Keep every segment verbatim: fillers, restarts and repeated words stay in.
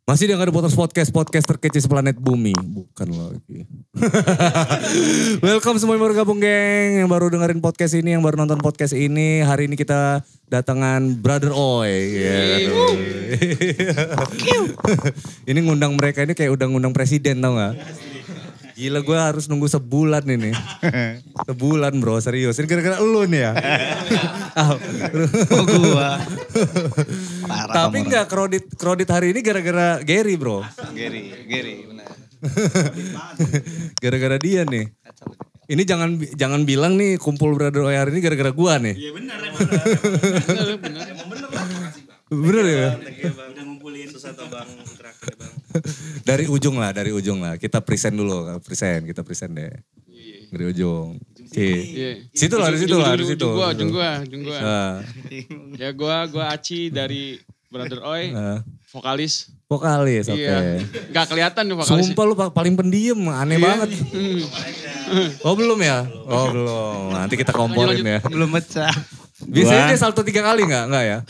Masih di Angkara Potos Podcast, podcast terkece seplanet bumi. Bukan lagi. Welcome semua yang baru gabung geng, yang baru dengerin podcast ini, yang baru nonton podcast ini. Hari ini kita datangan Brother Oi. Yeah. Ini ngundang mereka ini kayak udah ngundang presiden tau gak? Gila gue harus nunggu sebulan ini. Sebulan bro, serius. Ini gara-gara lu nih ya. Oh gua. Parah. Tapi enggak, kredit kredit hari ini gara-gara Gary bro. Gary, Gary benar. Gara-gara dia nih. Ini jangan jangan bilang nih kumpul Brother Oi hari ini gara-gara gua nih. Iya benar, benar. Benar, benar. Bener ya? Udah ngumpulin susah atau bang terakhir bang. Dari ujung lah, dari ujung lah. Kita present dulu, present, kita present deh. Dari ujung. Iya. Situ lah, dari situ lah, dari situ. Ujung gua, ujung gua, ujung gua. Ya gua, gua Aci dari Brother Oi, vokalis. Vokalis, oke. Iya. Gak kelihatan tuh vokalis. Sumpah lu paling pendiam, aneh banget. Oh belum ya? Oh belum, nanti kita komporin ya. Belum pecah. Biasanya dia salto tiga kali gak? Enggak ya?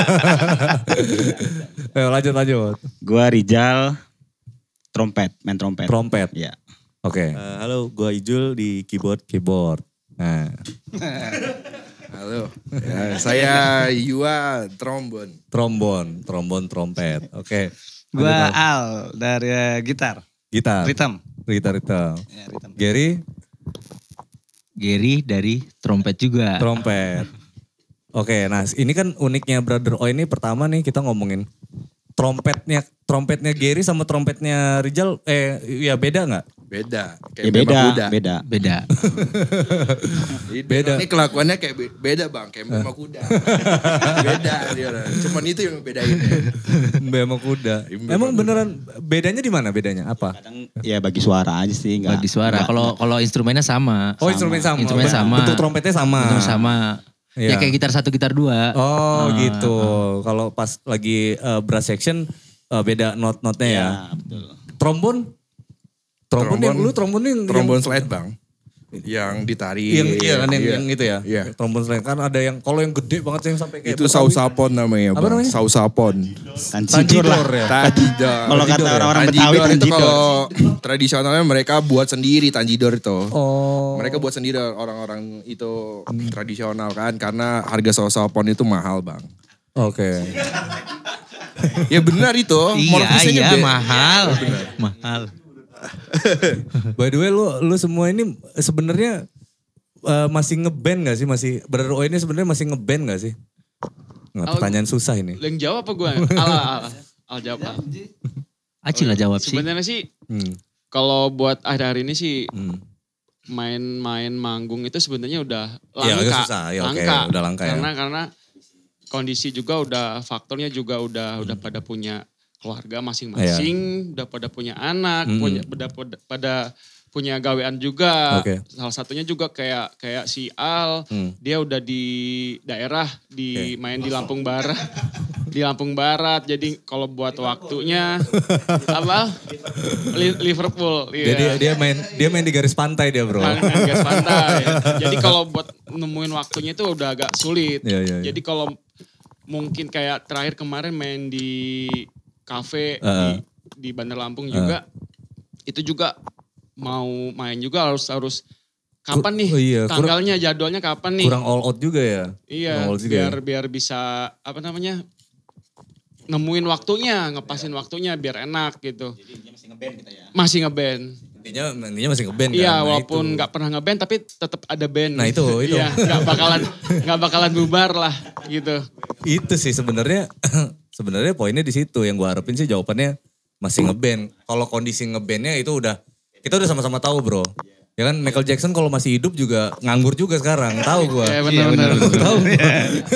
Ayo lanjut, lanjut. Gua Rizal, trompet, main trompet. Trompet? Iya. Oke. Uh, halo, gue Ijul di keyboard. Keyboard. Nah. Halo, ya, saya Yua trombon. Trombon, trombon, trompet. Oke. Gua Al dari uh, gitar. Gitar. Rhythm. Gitar, rhythm. Ya, rhythm. Gary? Gary dari trompet juga. Trompet. Oke, nah ini kan uniknya Brother Oi ini pertama nih kita ngomongin trompetnya, trompetnya Gary sama trompetnya Rizal, eh ya beda nggak? Beda, kayak Ya beda, kuda. beda. Beda. Beda. Ini kelakuannya kayak be- beda bang, kayak bema kuda. Beda dia. Cuman itu yang bedain ya. Bema kuda. Emang beneran bedanya di mana bedanya? Apa? Kadang ya bagi suara aja sih. Enggak, Bagi suara. Kalau kalau instrumennya sama. Oh instrumen sama. Instrumen sama. Bentuk trompetnya sama. Bentuk sama. Iya. Ya kayak gitar satu, gitar dua. Oh Ah, gitu. Kalau pas lagi uh, brass section uh, beda not-notnya ya. Ya, betul. Trombon? Trombon, yang lu trombon yang Trombon yang, slide bang. Yang ditarik. yang iya kan yang, Iya. yang itu ya. Iya. Trombon slide kan ada yang kalau yang gede banget yang sampai kayak Itu Betawi. sausapon namanya Apa bang. namanya? Sausapon. Tanjidor lah. Tanjidor ya. Tanjidor. Kalau kata Tanjidor ya? orang-orang Betawi Tanjidor itu tanjidor. kalau tradisionalnya mereka buat sendiri tanjidor itu. Oh. Mereka buat sendiri orang-orang itu tradisional kan. Karena harga sausapon itu mahal bang. Oke. Ya benar itu. Iya, Morfisnya iya, be- mahal. Mahal. By the way lu lu semua ini sebenarnya uh, masih ngeband gak sih? Masih Brother Oi ini sebenarnya masih ngeband gak sih? Nggak, Al- pertanyaan susah ini. Yang jawab apa gue? Al, al, al jawab. Al. Aci lah jawab sih. Sebenarnya sih Hmm. kalau buat akhir hari ini sih Hmm. main-main manggung itu sebenarnya udah Iya, langka. agak susah. Ya, oke, langka. udah langka ya. Karena karena kondisi juga udah faktornya juga udah udah pada punya keluarga masing-masing, udah pada punya anak, Mm-mm. punya pada, pada pada punya gawean juga. Oke. Salah satunya juga kayak kayak si Al, Hmm. dia udah di daerah di main di Lampung Barat. Di Lampung Barat. Jadi kalau buat waktunya apa? Li- Liverpool. Iya. Jadi dia main dia main di garis pantai dia, Bro. Main- main gas pantai. Jadi kalau buat nemuin waktunya itu udah agak sulit. Iya, iya, iya. Jadi kalau mungkin kayak terakhir kemarin main di kafe Uh-uh. di, di Bandar Lampung juga, itu juga mau main juga harus harus kapan nih oh iya, kurang- tanggalnya, jadwalnya kapan nih? Kurang all out juga ya. Iya, Kurang all out juga biar ya? biar bisa apa namanya nemuin waktunya, ngepasin waktunya biar enak gitu. Masih ngeband kita ya. Masih ngeband. Intinya intinya masih ngeband kan. Iya, Nah, walaupun itu. nggak pernah ngeband tapi tetap ada band. Nah, itu, itu. Iya, nggak bakalan nggak bakalan bubar lah gitu. Itu sih sebenarnya sebenarnya poinnya di situ yang gua harapin sih jawabannya masih ngeband. Kalau kondisi ngebandnya itu udah kita udah sama-sama tahu, Bro. Ya kan Michael Jackson kalau masih hidup juga nganggur juga sekarang, tahu gua. Iya, benar-benar. Tahu gua.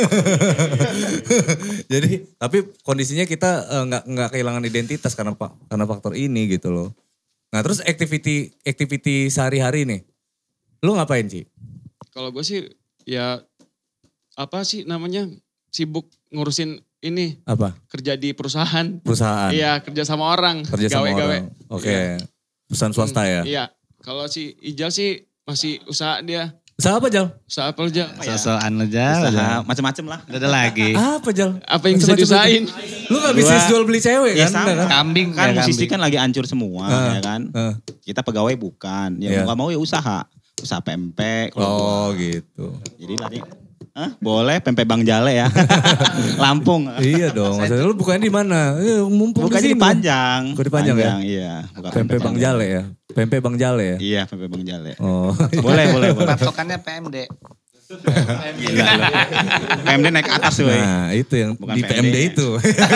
Jadi tapi kondisinya kita eh, nggak nggak kehilangan identitas karena pak karena faktor ini gitu loh. Nah terus activity activity sehari-hari nih, lu ngapain sih? Kalau gue sih ya apa sih namanya sibuk ngurusin ini Apa? kerja di perusahaan. Perusahaan. Iya, kerja sama orang. Kerja sama gawe-gawe. orang. Oke. Iya. Perusahaan swasta ya. Iya. Kalau si Ijal sih masih usaha dia. Usaha apa Jal? Usaha apa aja? So-soan aja lah. Usaha macem-macem lah. Udah ada lagi. Apa Jal? Apa yang bisa diusahain? Lu gak bisnis jual beli cewek Ya kan? sama. Enggak kan? Kambing Kan ya, musisi kambing. kan lagi hancur semua Ah, ya kan. ah. Kita pegawai bukan. Ya Iya. mau gak mau ya usaha. Usaha pempek. kalau Oh gua. gitu. Jadi tadi, Hah? Boleh pempek Bang Jale ya. Lampung. Iya dong. Maksudnya lu bukannya di mana? Eh, mumpung Bukannya di di sini. Panjang. Kok di Panjang ya? Iya. Bukan Pempek Bang Jale ya? Pempek Bang Jale ya? Iya, pempek Bang Jale. Oh. Boleh, boleh, boleh. Patokannya P M D. Gila lu. P M D naik atas woy. Nah itu yang Bukan di P M D P M D. itu.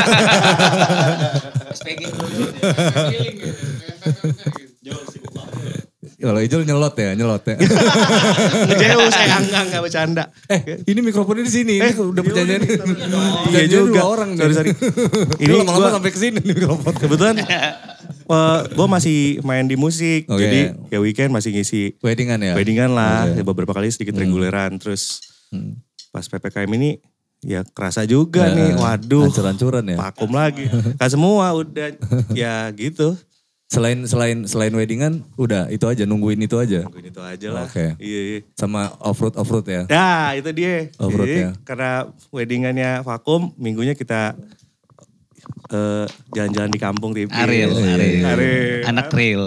Kalau Ijul nyelot ya, nyelot ya. Jauh saya enggak enggak bercanda. eh, ini mikrofonnya di sini. Ini udah perjanjian. Iya Perjanjian juga. dua orang nih. Sorry, sorry. Ini Ini lama-lama gua- sampai ke sini nih mikrofon. Kebetulan gue masih main di musik. Oke. Jadi ya weekend masih ngisi Weddingan ya? weddingan lah. Oke. Ya, beberapa kali sedikit reguleran. Terus Hmm. pas P P K M ini ya kerasa juga Ya, nih. Waduh. Hancur-hancuran ya. Vakum lagi. Kan semua udah ya gitu. Selain selain selain weddingan, udah itu aja nungguin itu aja. Mungkin itu aja lah. Oke. Iya, iya. Sama off-road off-road ya. Nah itu dia. Off-road Jadi, ya. karena weddingannya vakum, minggunya kita eh, jalan-jalan di kampung tipis. Ariel, Iya, Ariel. iya. Ariel. Anak trail.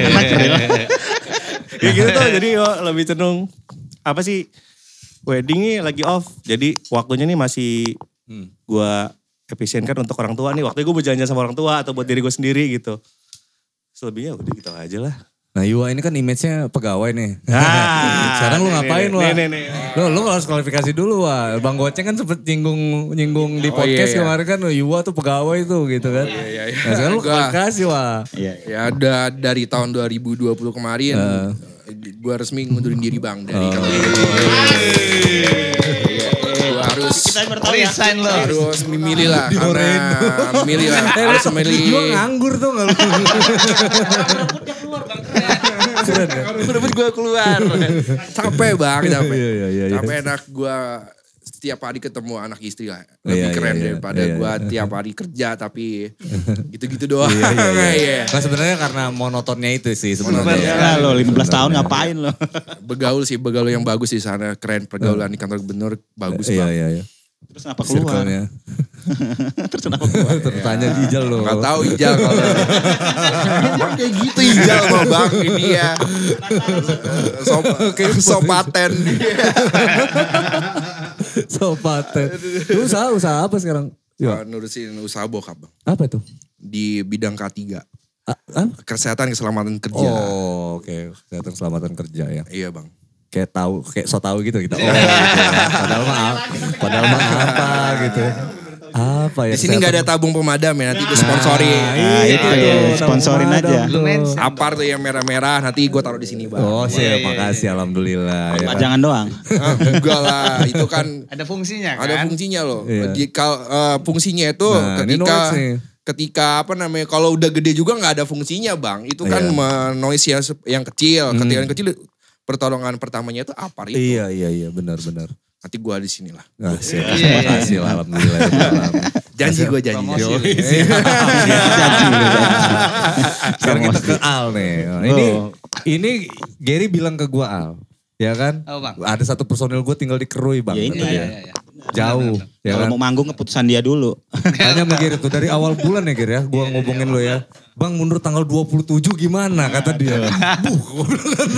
Ya gitu tuh, jadi oh, lebih cenderung apa sih, weddingnya lagi off. Jadi waktunya nih masih Hmm. gua efisienkan untuk orang tua nih. Waktunya gue berjanjian sama orang tua atau buat diri gue sendiri gitu. Selebihnya udah gitu aja lah. Nah Yua ini kan image-nya pegawai nih. Ah, Sekarang lu nih, ngapain nih, Wah? nih, nih, nih. Lu, lu harus kualifikasi dulu Wah. Bang Goceng kan sempet nyinggung nyinggung di Oh, podcast iya, iya. kemarin kan Yua tuh pegawai tuh gitu kan. Iya, iya, iya. Nah sekarang lu Gua- kualifikasi Wah. Iya. Ya ada dari tahun dua ribu dua puluh kemarin, gue resmi ngundurin diri bang dari Oh. kami. Gue harus Resign lo. harus memilih lah, karena memilih lah, Eh, harus lu memilih. Yua nganggur tuh gak lu? Keren ya? Udah gue keluar, capek bang, capek. Iya, iya, iya, iya. Capek enak gue setiap hari ketemu anak istri lah, Iya, lebih iya, keren iya. daripada Iya, gue iya. tiap hari kerja tapi gitu-gitu doang. Iya, iya, iya. Iya. Nah sebenarnya karena monotonnya itu sih sebenarnya. Ya lo lima belas tahun ngapain lo? Begaul sih, begaul yang bagus di sana, keren pergaulan di kantor gubernur bagus Iya, bang. iya, iya. Terus kenapa keluar? Circle-nya. Terus kenapa keluar? Tertanya Ijal loh. Gak tahu Ijal kalau Emang kayak gitu Ijal sama bang ini ya. So, so paten dia. Sopaten. Lu usaha, usaha apa sekarang? Uh, nurusin usaha bokap bang. Apa itu? Di bidang K tiga. Ah, ah? Kesehatan keselamatan kerja. Oh oke. Kesehatan keselamatan kerja ya. Iya bang. Kayak tahu, kayak so tahu gitu kita. Oh gitu ya. Padahal mah, padahal mah apa gitu. Apa ya? Di sini nggak ada tabung pemadam ya, nanti gue sponsorin. Nah, itu ya, sponsorin aja. Apar tuh yang merah-merah, nanti gue taruh di sini bang. Oh sih, makasih alhamdulillah. Ya, kan? Jangan doang. Ah, enggak lah, itu kan Ada fungsinya kan? ada fungsinya loh. Iya. Di, kal- eh, fungsinya itu Nah, ini ketika noise nih. ketika apa namanya kalau udah gede juga nggak ada fungsinya bang. Itu kan Iya. me- noise yang, sep- yang kecil. Ketika yang kecil pertolongan pertamanya itu apar itu. Iya iya iya benar-benar. Nanti gue di sini lah. Nah, siap. Makasih lah alhamdulillah. Janji gue janji. Yoi, siap. Sekarang kita ke Al nih. Nah, Ini ini Gary bilang ke gua Al, ya kan? Oh, Bang. Ada satu personil gue tinggal di Kerui bang. Ya, ini kata ya. dia. Jauh, ya Kalau kan? mau manggung keputusan dia dulu. Hanya mikir itu dari awal bulan ya Gary ya, gua ngomongin lo ya. Bang mundur tanggal dua puluh tujuh gimana kata dia. Buh, gua bilang kan.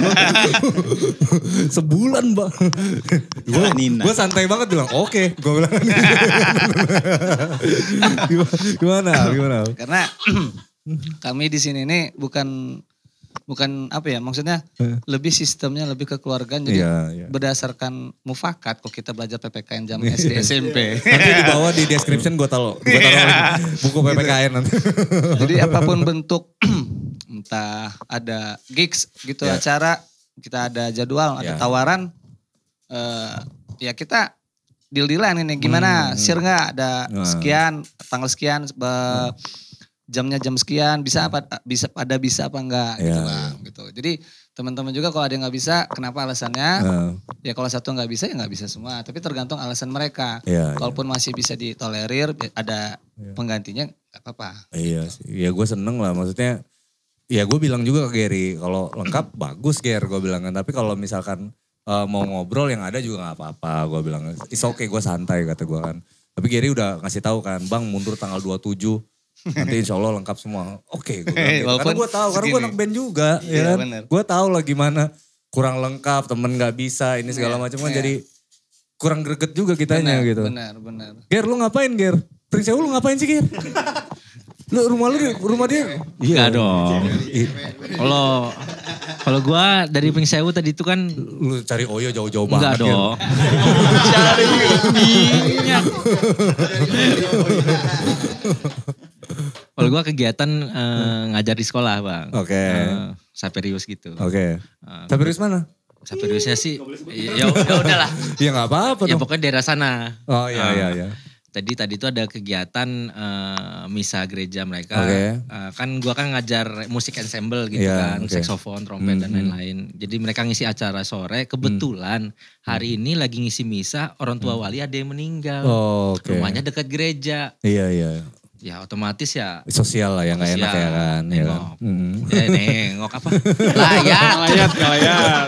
Sebulan bang. Gue Nina. gua santai banget bilang oke. Gue bilang gimana, gimana? Karena kami di sini nih bukan bukan apa ya maksudnya lebih sistemnya lebih kekeluargaan jadi Iya, iya. berdasarkan mufakat kok kita belajar P P K N zaman S D S M P. Nanti di bawah di description gue taruh, gue taruh buku P P K N nanti. Jadi apapun bentuk entah ada gigs gitu Ya. acara kita ada jadwal ada Ya. tawaran eh, ya kita deal-dealan ini gimana share nggak ada Nah. sekian tanggal sekian be- jamnya jam sekian bisa apa bisa ada bisa apa enggak gitu Ya. bang gitu. Jadi teman-teman juga kalau ada yang nggak bisa kenapa alasannya Nah, ya kalau satu nggak bisa ya nggak bisa semua tapi tergantung alasan mereka. Iya, Kalaupun masih bisa ditolerir ada penggantinya nggak apa-apa. iya sih, ya gue seneng lah maksudnya. Ya gue bilang juga ke Gary, kalau lengkap bagus Ger gue bilang kan. Tapi kalau misalkan uh, mau ngobrol yang ada juga gak apa-apa. Gue bilang, it's okay gue santai kata gue kan. Tapi Gary udah ngasih tahu kan, Bang mundur tanggal dua puluh tujuh. Nanti insya Allah lengkap semua. Oke, okay, gue bilang gitu. Karena gue tahu, karena gue anak band juga. Iya, ya kan? Gue tahu lah gimana kurang lengkap, temen gak bisa, ini segala macam kan jadi kurang greget juga kitanya benar, gitu. Benar, benar. Ger, lu ngapain Ger? Prince Sewu lu ngapain sih Ger? Lu rumah lu rumah dia? Iya dong. Kalau kalau gua dari Prince Sewu tadi itu kan lu cari Oyo jauh-jauh enggak banget. dong. Cari minyak. Kalau gua kegiatan uh, ngajar di sekolah, Bang. Oke. Okay. Uh, Saperius gitu. Oke. Okay. Uh, Saperius mana? Saperiusnya sih ya, ya udahlah. Ya enggak apa-apa Ya dong. pokoknya daerah sana. Oh iya uh, iya iya. Tadi tadi itu ada kegiatan uh, misa gereja mereka. Okay. Uh, kan gua kan ngajar musik ensemble gitu yeah, kan, okay. saksofon, trompet mm-hmm. dan lain-lain. Jadi mereka ngisi acara sore. Kebetulan mm. hari ini lagi ngisi misa, orang tua wali ada yang meninggal. Oh, okay. Rumahnya dekat gereja. Iya iya. Ya otomatis ya. Sosial lah yang gak enak ya kan. Nengok. Ya, kan? Mm. Ya nengok apa? Layat. Layat, layat.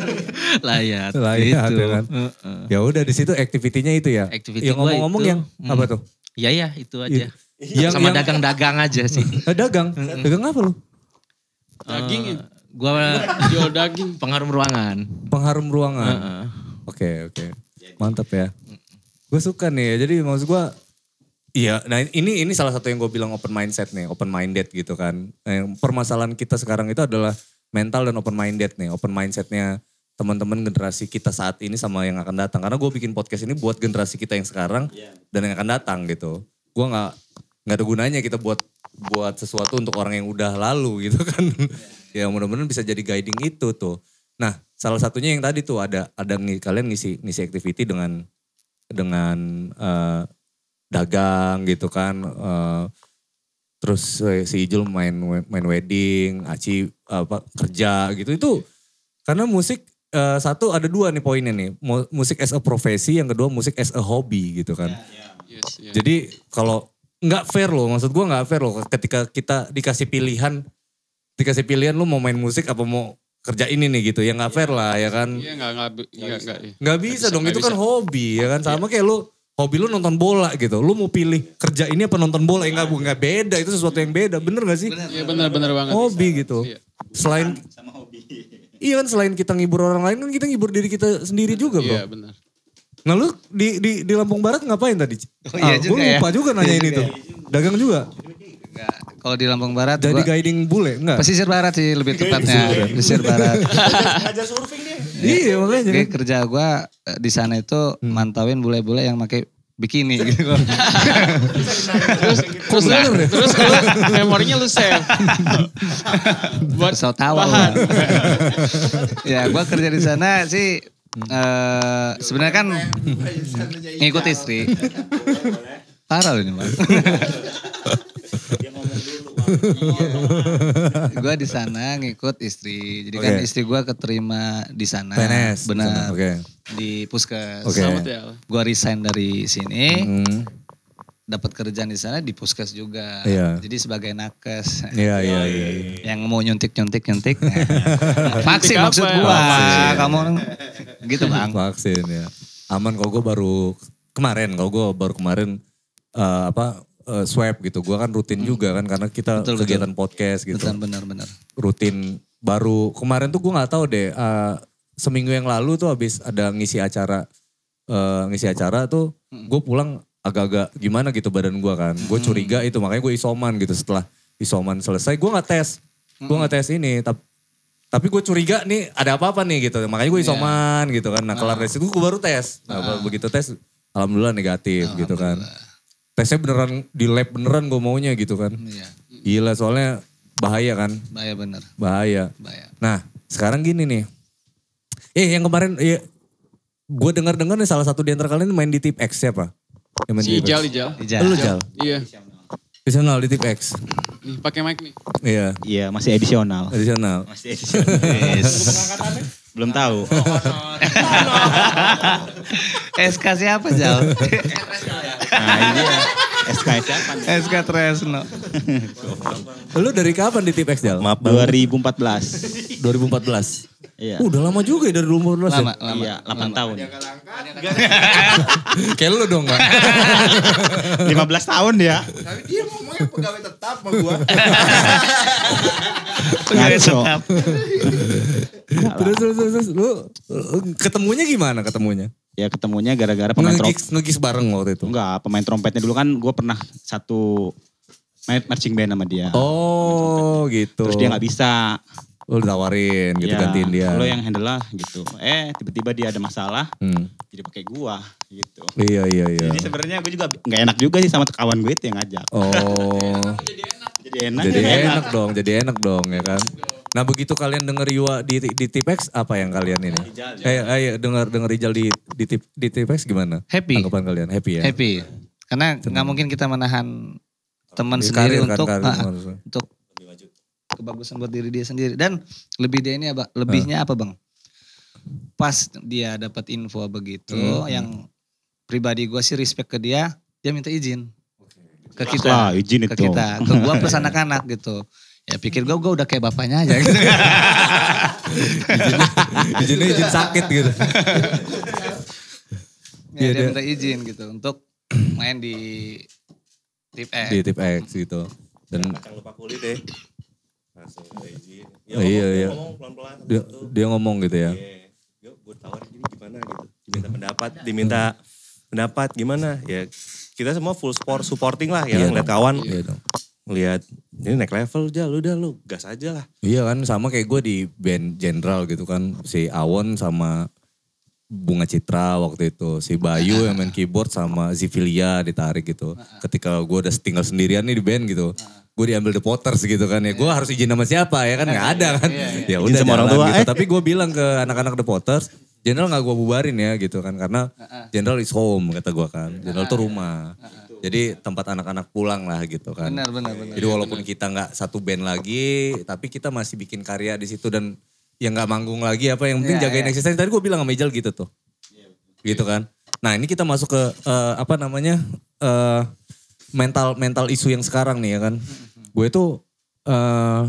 Layat. Layat gitu. ya kan. Uh-uh. Ya udah di situ aktivitinya itu ya. Activity yang ngomong-ngomong itu, yang hmm. apa tuh? Ya ya itu aja. Yang, sama yang, dagang-dagang aja sih. Eh, dagang? Dagang apa lu? Daging ya? Uh, gua jual daging. Pengharum ruangan. Pengharum ruangan. Oke Uh-uh. oke. Okay, okay. Mantap ya. Gue suka nih ya. Jadi maksud gue. Iya, nah ini ini salah satu yang gue bilang open mindset nih, open minded gitu kan. Yang permasalahan kita sekarang itu adalah mental dan open minded nih, open mindsetnya teman-teman generasi kita saat ini sama yang akan datang. Karena gue bikin podcast ini buat generasi kita yang sekarang dan yang akan datang gitu. Gue nggak nggak ada gunanya kita buat buat sesuatu untuk orang yang udah lalu gitu kan. Ya mudah-mudahan bisa jadi guiding itu tuh. Nah salah satunya yang tadi tuh ada ada kalian ngisi ngisi activity dengan dengan uh, dagang gitu kan, uh, terus si Ijul main main wedding, Aci apa kerja gitu itu karena musik uh, satu ada dua nih poinnya nih, musik as a profesi, yang kedua musik as a hobby gitu kan. Yeah, yeah. Yes, yeah. Jadi kalau nggak fair loh, maksud gue nggak fair loh ketika kita dikasih pilihan, dikasih pilihan lu mau main musik apa mau kerja ini nih gitu, ya nggak fair lah ya kan. Iya nggak nggak nggak nggak bisa dong, itu kan hobi ya kan, sama kayak lu hobi lu nonton bola gitu. Lu mau pilih kerja ini apa nonton bola? Ya enggak, enggak beda. Itu sesuatu yang beda. Bener gak sih? Iya bener, bener banget. Hobi gitu. Iya. Selain, sama hobi. Iya kan selain kita ngibur orang lain kan kita ngibur diri kita sendiri juga bro. Iya bener. Nah lu di di, di Lampung Barat ngapain tadi? Oh, iya ah, juga gue lupa ya. juga nanya ini tuh. Dagang juga? Enggak. Kalau di Lampung Barat jadi gua, guiding bule? Enggak? pesisir barat sih lebih tepatnya. Pesisir barat. Ngajar surfing dia. Iya makanya. Oke, kerja gue di sana itu hmm. mantauin bule-bule yang pakai bikini gitu. terus terus nah, terus kalau memorinya lu save. Buat so tawa. Ya gue kerja di sana sih uh, sebenarnya kan ngikut istri. Parah ini Bang. Gue di sana ngikut istri. Jadi okay. kan istri gue keterima di sana. P N S. Benar. Okay. Di Puskes. Okay. Gue resign dari sini. Hmm. Dapat kerjaan di sana di Puskes juga. Yeah. Jadi sebagai nakes. Iya iya iya. Yang mau nyuntik-nyuntik-nyuntik. Vaksin maksud gue. Kamu gitu Bang. Vaksin ya. Aman kalau gue baru kemarin. Kalau gue baru kemarin uh, apa uh, swab gitu. Gue kan rutin hmm. juga kan karena kita betul, kegiatan betul. podcast gitu. Betul benar-benar. Rutin baru kemarin tuh gue nggak tahu deh. Uh, seminggu yang lalu tuh habis ada ngisi acara uh, ngisi acara tuh hmm. gue pulang agak-agak gimana gitu badan gue kan. Gue curiga itu makanya gue isoman gitu. Setelah isoman selesai gue nggak tes. Gue nggak tes ini. Tapi, tapi gue curiga nih ada apa-apa nih gitu. Makanya gue isoman yeah. gitu kan. Nah kelar dari situ gue baru tes. Nah begitu tes alhamdulillah negatif alhamdulillah. Gitu kan. Tesnya beneran di lab beneran gue maunya gitu kan. Yeah. Gila soalnya bahaya kan. Bahaya bener. Bahaya. Bahaya. Nah sekarang gini nih. Eh yang kemarin ya, gue dengar-dengar nih salah satu di antara kalian main di Tip X siapa? Si Ijal, Ijal. Lu Jal? Iya. Adisional di Tip X. Nih pakai mic nih. Iya. Iya masih edisional. Adisional. Masih edisional. Belum tahu. S K siapa Jal? Nah ini S K siapa? S K Tresno. Lu dari kapan di Tip X Jal? Maaf dua ribu empat belas. dua ribu empat belas. Iya. Uh, udah lama juga ya dari dua ribu empat belas Lama, ya? lama. Iya, delapan tahun. Kayak lu dong Bang. lima belas tahun dia. Tapi dia ngomongnya pegawai tetap sama gua. Pegawai Ngaco. tetap. terus, terus, terus, terus, lu lu ketemunya gimana ketemunya? Ya ketemunya gara-gara pemain trompet. Ngegis, ngegis bareng waktu itu? Enggak, pemain trompetnya dulu kan gue pernah satu main marching band sama dia. Oh gitu. Terus dia gak bisa. Lu ditawarin gitu, Ya, gantiin dia. Lo yang handle lah gitu. Eh tiba-tiba dia ada masalah. Hmm. Jadi pakai gua gitu. Iya, iya, iya. Jadi sebenarnya gue juga gak enak juga sih sama kawan gue itu yang ngajak. Oh, Jadi enak. jadi enak dong, jadi enak dong ya kan. Nah begitu kalian denger Yua di, di Tipex, apa yang kalian ini? Eh, ayo denger denger Rijal di di, Tip- di Tipex gimana? Happy. Tanggapan kalian happy ya? Happy. Karena nggak mungkin kita menahan teman Di sendiri karir kan, untuk karir ah, harusnya. untuk kebagusan buat diri dia sendiri. Dan lebih dia ini apa? Lebihnya apa bang? Pas dia dapat info begitu, Hmm. yang pribadi gue sih respect ke dia, dia minta izin ke Lah, kita, izin ke itu. kita, ke gue plus anak-anak gitu. Ya pikir gue, gue udah kayak bapaknya aja gitu. Izinnya izin sakit gitu. Ya, Iya, dia dia- minta izin gitu untuk main di Tip X. Di Tipex gitu. Dan Kacang lupa kulit deh. Langsung ada izin. Ya, Oh, iya, ngomong, iya. ngomong pelan-pelan. dia, dia ngomong gitu ya. Iya. Yuk gue tawarin gini gimana gitu. Diminta pendapat, diminta pendapat gimana. Ya kita semua full support, supporting lah ya. Iya Ngeliat dong. kawan, Iya dong. ngeliat ini naik level aja lu udah lu gas aja lah. Iya kan sama kayak gue di band Jenderal gitu kan. Si Awon sama Bunga Citra waktu itu. Si Bayu yang main keyboard sama Zivilia ditarik gitu. Ketika gue udah tinggal sendirian nih di band gitu. Gue diambil The Potters gitu kan ya. Gue harus izin sama siapa ya kan gak ada kan. Ya Izin udah sama orang jalan tua, gitu. eh. Tapi gue bilang ke anak-anak The Potters. Jenderal gak gue bubarin ya gitu kan. Karena Jenderal is home kata gue kan. Jenderal tuh rumah. Jadi tempat anak-anak pulang lah gitu kan. Benar, benar, benar. Jadi walaupun kita nggak satu band lagi, tapi kita masih bikin karya di situ dan yang nggak manggung lagi apa yang penting Iya, jagain iya. eksistensi. Tadi gue bilang sama Ijal gitu tuh, gitu kan. Nah ini kita masuk ke eh, apa namanya eh, mental mental isu yang sekarang nih ya kan. Gue tuh eh,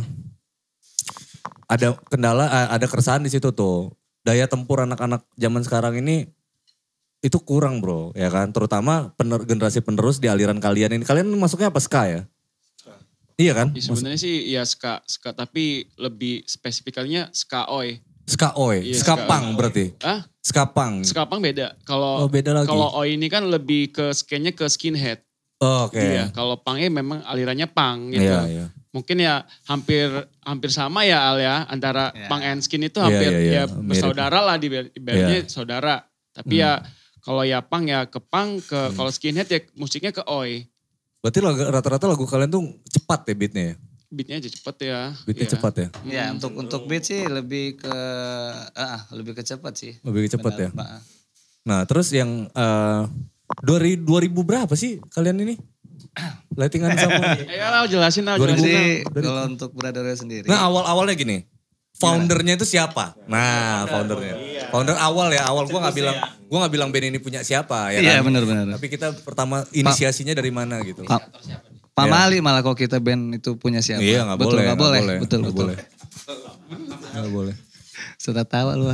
ada kendala, eh, ada keresahan di situ tuh. Daya tempur anak-anak zaman sekarang ini itu kurang bro, ya kan. Terutama pener, generasi penerus di aliran kalian ini. Kalian masuknya apa ska ya? Iya kan? Ya, sebenarnya sih ya ska, ska tapi lebih spesifikalnya ska oi. Ska oi, Iya, ska ska punk berarti. Ah, Ska punk. ska punk beda. Kalau Oh, beda lagi. kalau oi ini kan lebih ke skenya ke skinhead. Oh, Oke. Iya, kalau punknya memang alirannya punk gitu. Iya, iya. Mungkin ya hampir hampir sama ya Al ya antara Iya. punk and skin itu Iya, hampir iya, iya. ya Mirip. bersaudara lah di ibaratnya Iya. saudara. Tapi ya kalau ya punk ya ke punk, ke Hmm. kalau skinhead ya musiknya ke oi. Berarti lagu- rata-rata lagu kalian tuh cepat ya beatnya ya? Beatnya aja cepet ya. Beatnya Iya. cepat ya? Ya untuk untuk beat sih lebih ke ah lebih ke cepat sih. Lebih cepat ya? Benar, Pak. Nah terus yang eh dua ribu berapa sih kalian ini? Lightingan sama... Ayo lah jelasin lah. dua ribu jelasin. Jadi kalau untuk brother sendiri. Nah awal-awalnya gini, foundernya itu siapa? Nah foundernya. Founder awal ya, awal gue gak bilang, gue gak bilang band ini punya siapa ya Iya kan? benar-benar. Tapi kita pertama inisiasinya dari mana gitu. Pak Pak Iya. Mali malah kalau kita band itu punya siapa? Iya gak betul, boleh. Nggak boleh, betul nggak betul. boleh. Gak boleh. Sudah tahu lu.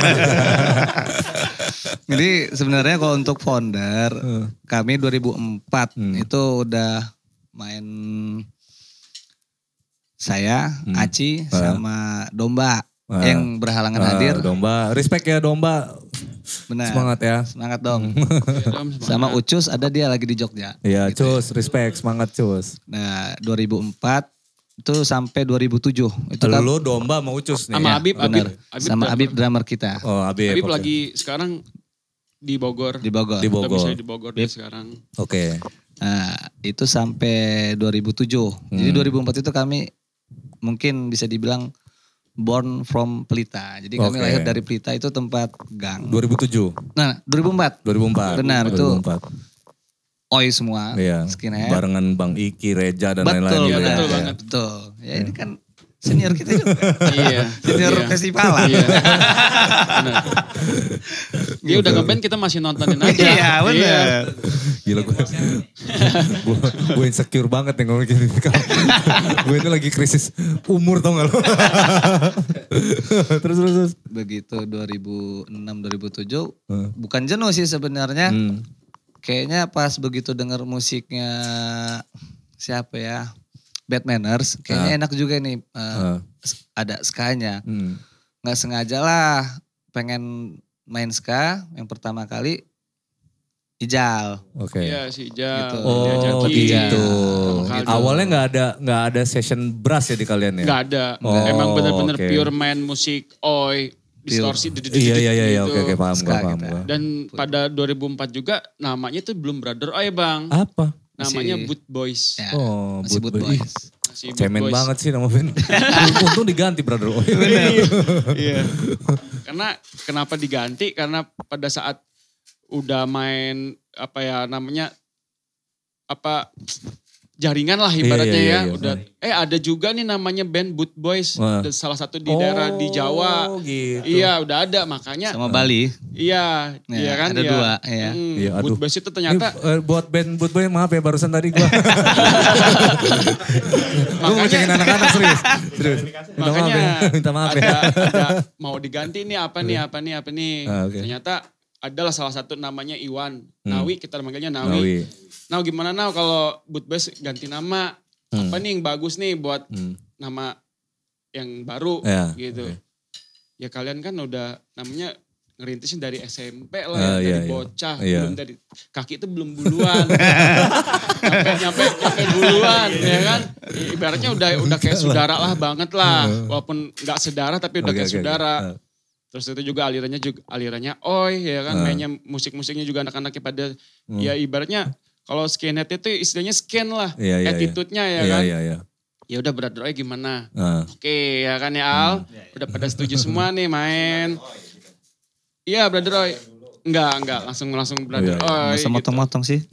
Jadi sebenarnya kalau untuk founder, kami dua ribu empat Hmm. itu udah main saya, Hmm. Aci, sama Domba Ah. yang berhalangan Ah, hadir. Domba, respect ya Domba. Benar. Semangat ya. Semangat dong. Dom, Sama semangat. Ucus ada dia lagi di Jogja. Iya Gitu ya. cus, respect, semangat cus. Nah dua ribu empat itu sampai dua ribu tujuh. Itu kan Lu Domba mau Ucus nih. Sama ya? Habib, Habib, benar. Habib Sama drummer. Habib drummer kita Oh Habib. Habib oke. lagi sekarang di Bogor. di Bogor. Di Udah Bogor. bisa di Bogor dia sekarang. Oke. Nah, itu sampai dua ribu tujuh. Jadi Hmm. dua ribu empat itu kami mungkin bisa dibilang born from Pelita. Jadi kami Oke. lahir dari Pelita itu tempat gang. dua ribu tujuh, Nah, dua ribu empat. dua ribu empat. Benar, itu dua ribu empat. Oi semua, Iya. skinhead. Barengan Bang Iki, Reja dan Betul, lain-lain. Iya, juga ya. betul Iya. banget. Betul. Ya ini kan Senior kita juga. Iya. Senior iya. festivalan. Iya. Benar. Dia udah ngeband kita masih nontonin aja. Iya bener. Gila gue. gue, gue insecure banget nih ngomong gini. Gue ini lagi krisis umur tau gak lo. terus, terus, terus. Begitu dua ribu enam dua ribu tujuh bukan jenuh sih sebenarnya. Hmm. Kayaknya pas begitu denger musiknya siapa ya? Bad Manners. Kayaknya Ah. enak juga nih uh, Ah. ada ska-nya. Hmm. Gak sengaja lah pengen main ska yang pertama kali Ijal. Oke. Iya si Ijal. Gitu. Oh diajakin. gitu. Pertama kali. Awalnya nggak ada nggak ada session brass ya di kalian ya? Gak ada. Oh, Emang bener-bener oke. pure main musik oi, distorsi. Iya iya iya iya gitu. oke oke paham Ska gua paham gitu ya. gua. Dan pada dua ribu empat juga namanya tuh belum Brother Oi bang. Apa? Namanya Masih- Boot Boys. Ya, Oh, masih Boot Boot Boys. Boys. Masih Boot Cemen Boys. banget sih nama band. Untung diganti brother. Oh, Iya. Karena kenapa diganti? Karena pada saat udah main apa ya namanya apa jaringan lah ibaratnya iya, ya. iya. Udah eh ada juga nih namanya band Boot Boys. Wah. Ada salah satu di daerah di Jawa. Oh gitu. Iya, udah ada makanya. Sama Bali. Iya, Ya, iya kan? ada iya. dua, iya. Hmm, Iya, aduh. Boot Boys itu ternyata Ini, eh, buat band Boot Boy maaf ya barusan tadi gua. Gue mau Makanya- cengin anak-anak serius. Serius. Minta maaf makanya ya. Minta maaf ada, ya. ada mau diganti nih apa nih apa nih apa nih. Ah, oke. Ternyata adalah salah satu namanya Iwan. Hmm. Nawi kita manggilnya Nawi. Nawi. Nau gimana Nau kalau Boot Boys ganti nama? Hmm. Apa nih yang bagus nih buat Hmm. nama yang baru Ya, gitu. oke. Ya kalian kan udah namanya ngerintisin dari S M P lah Ah, ya, iya, dari iya. bocah, Iya. belum dari kaki itu belum buluan. nyampe, nyampe, nyampe buluan ya kan. Ibaratnya udah udah kayak saudara lah banget lah. Walaupun nggak sedarah tapi udah Oke, kayak oke, oke. saudara. Ah. Terus itu juga alirannya juga alirannya oi ya kan, Ah. mainnya musik-musiknya juga anak-anaknya pada ya ibaratnya kalau skinhead itu istilahnya skin lah, Iya, iya, iya. attitude-nya ya Iya kan. iya iya. Ya udah Brother Oi gimana? Ah. Oke ya kan ya Al, udah pada setuju semua nih main. Iya Brother Oi. Enggak, enggak, langsung langsung Brother iya, iya. Oi. Masa gitu. motong-motong sih.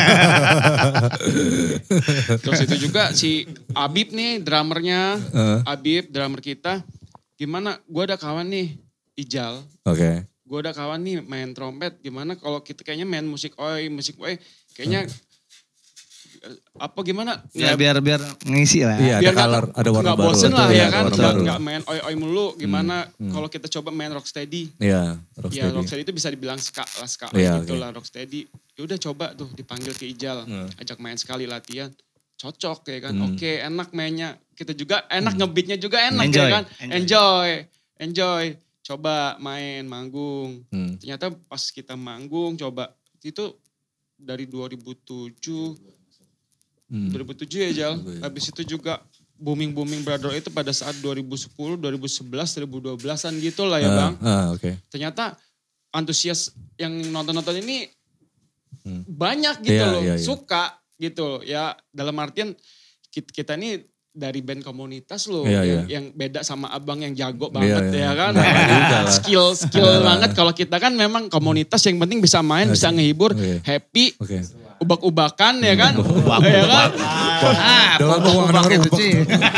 Terus itu juga si Abib nih drummernya, Eh. Abib drummer kita. Gimana? Gue ada kawan nih, Ijal. Oke. Gue ada kawan nih main trompet. Gimana kalau kita kayaknya main musik oi, musik oi, kayaknya eh, apa gimana? Ya biar biar ngisi lah. Iya, ada biar nggak- color, ada warna nggak baru. bosen lah Betul, ya ada kan, warna nggak baru. nggak main oi-oi mulu. Gimana kalau kita coba main rocksteady? Iya, Ya Rocksteady. rocksteady itu bisa dibilang ska lah, ska Iya, gitu oke. lah rocksteady. Ya udah coba tuh dipanggil ke Ijal, Hmm. ajak main sekali latihan. Cocok ya kan, Hmm. oke enak mainnya. Kita juga enak ngebeatnya juga enak Enjoy, ya kan. enjoy. Enjoy, enjoy. Coba main, manggung. Hmm. Ternyata pas kita manggung coba, itu dari dua ribu tujuh Hmm. dua ribu tujuh ya Jal. Habis itu juga booming-booming Brother itu pada saat dua ribu sepuluh, dua ribu sebelas, dua ribu dua belasan gitu lah ya Ah, Bang. Ah, oke. Ternyata antusias yang nonton-nonton ini Hmm. banyak gitu Iya, loh. iya, iya. Suka gitu. Ya dalam artian kita, kita ini dari band komunitas loh. Iya, yang, iya. yang beda sama abang yang jago Iya, banget iya. ya kan. Nah, juga lah. skill skill banget. Kalau kita kan memang komunitas yang penting bisa main, bisa ngehibur, Oke. happy. Oke. Ubak-ubakan ya kan. Ya kan. Ah, Udah lama gua nggak ubak denger itu ubak. sih.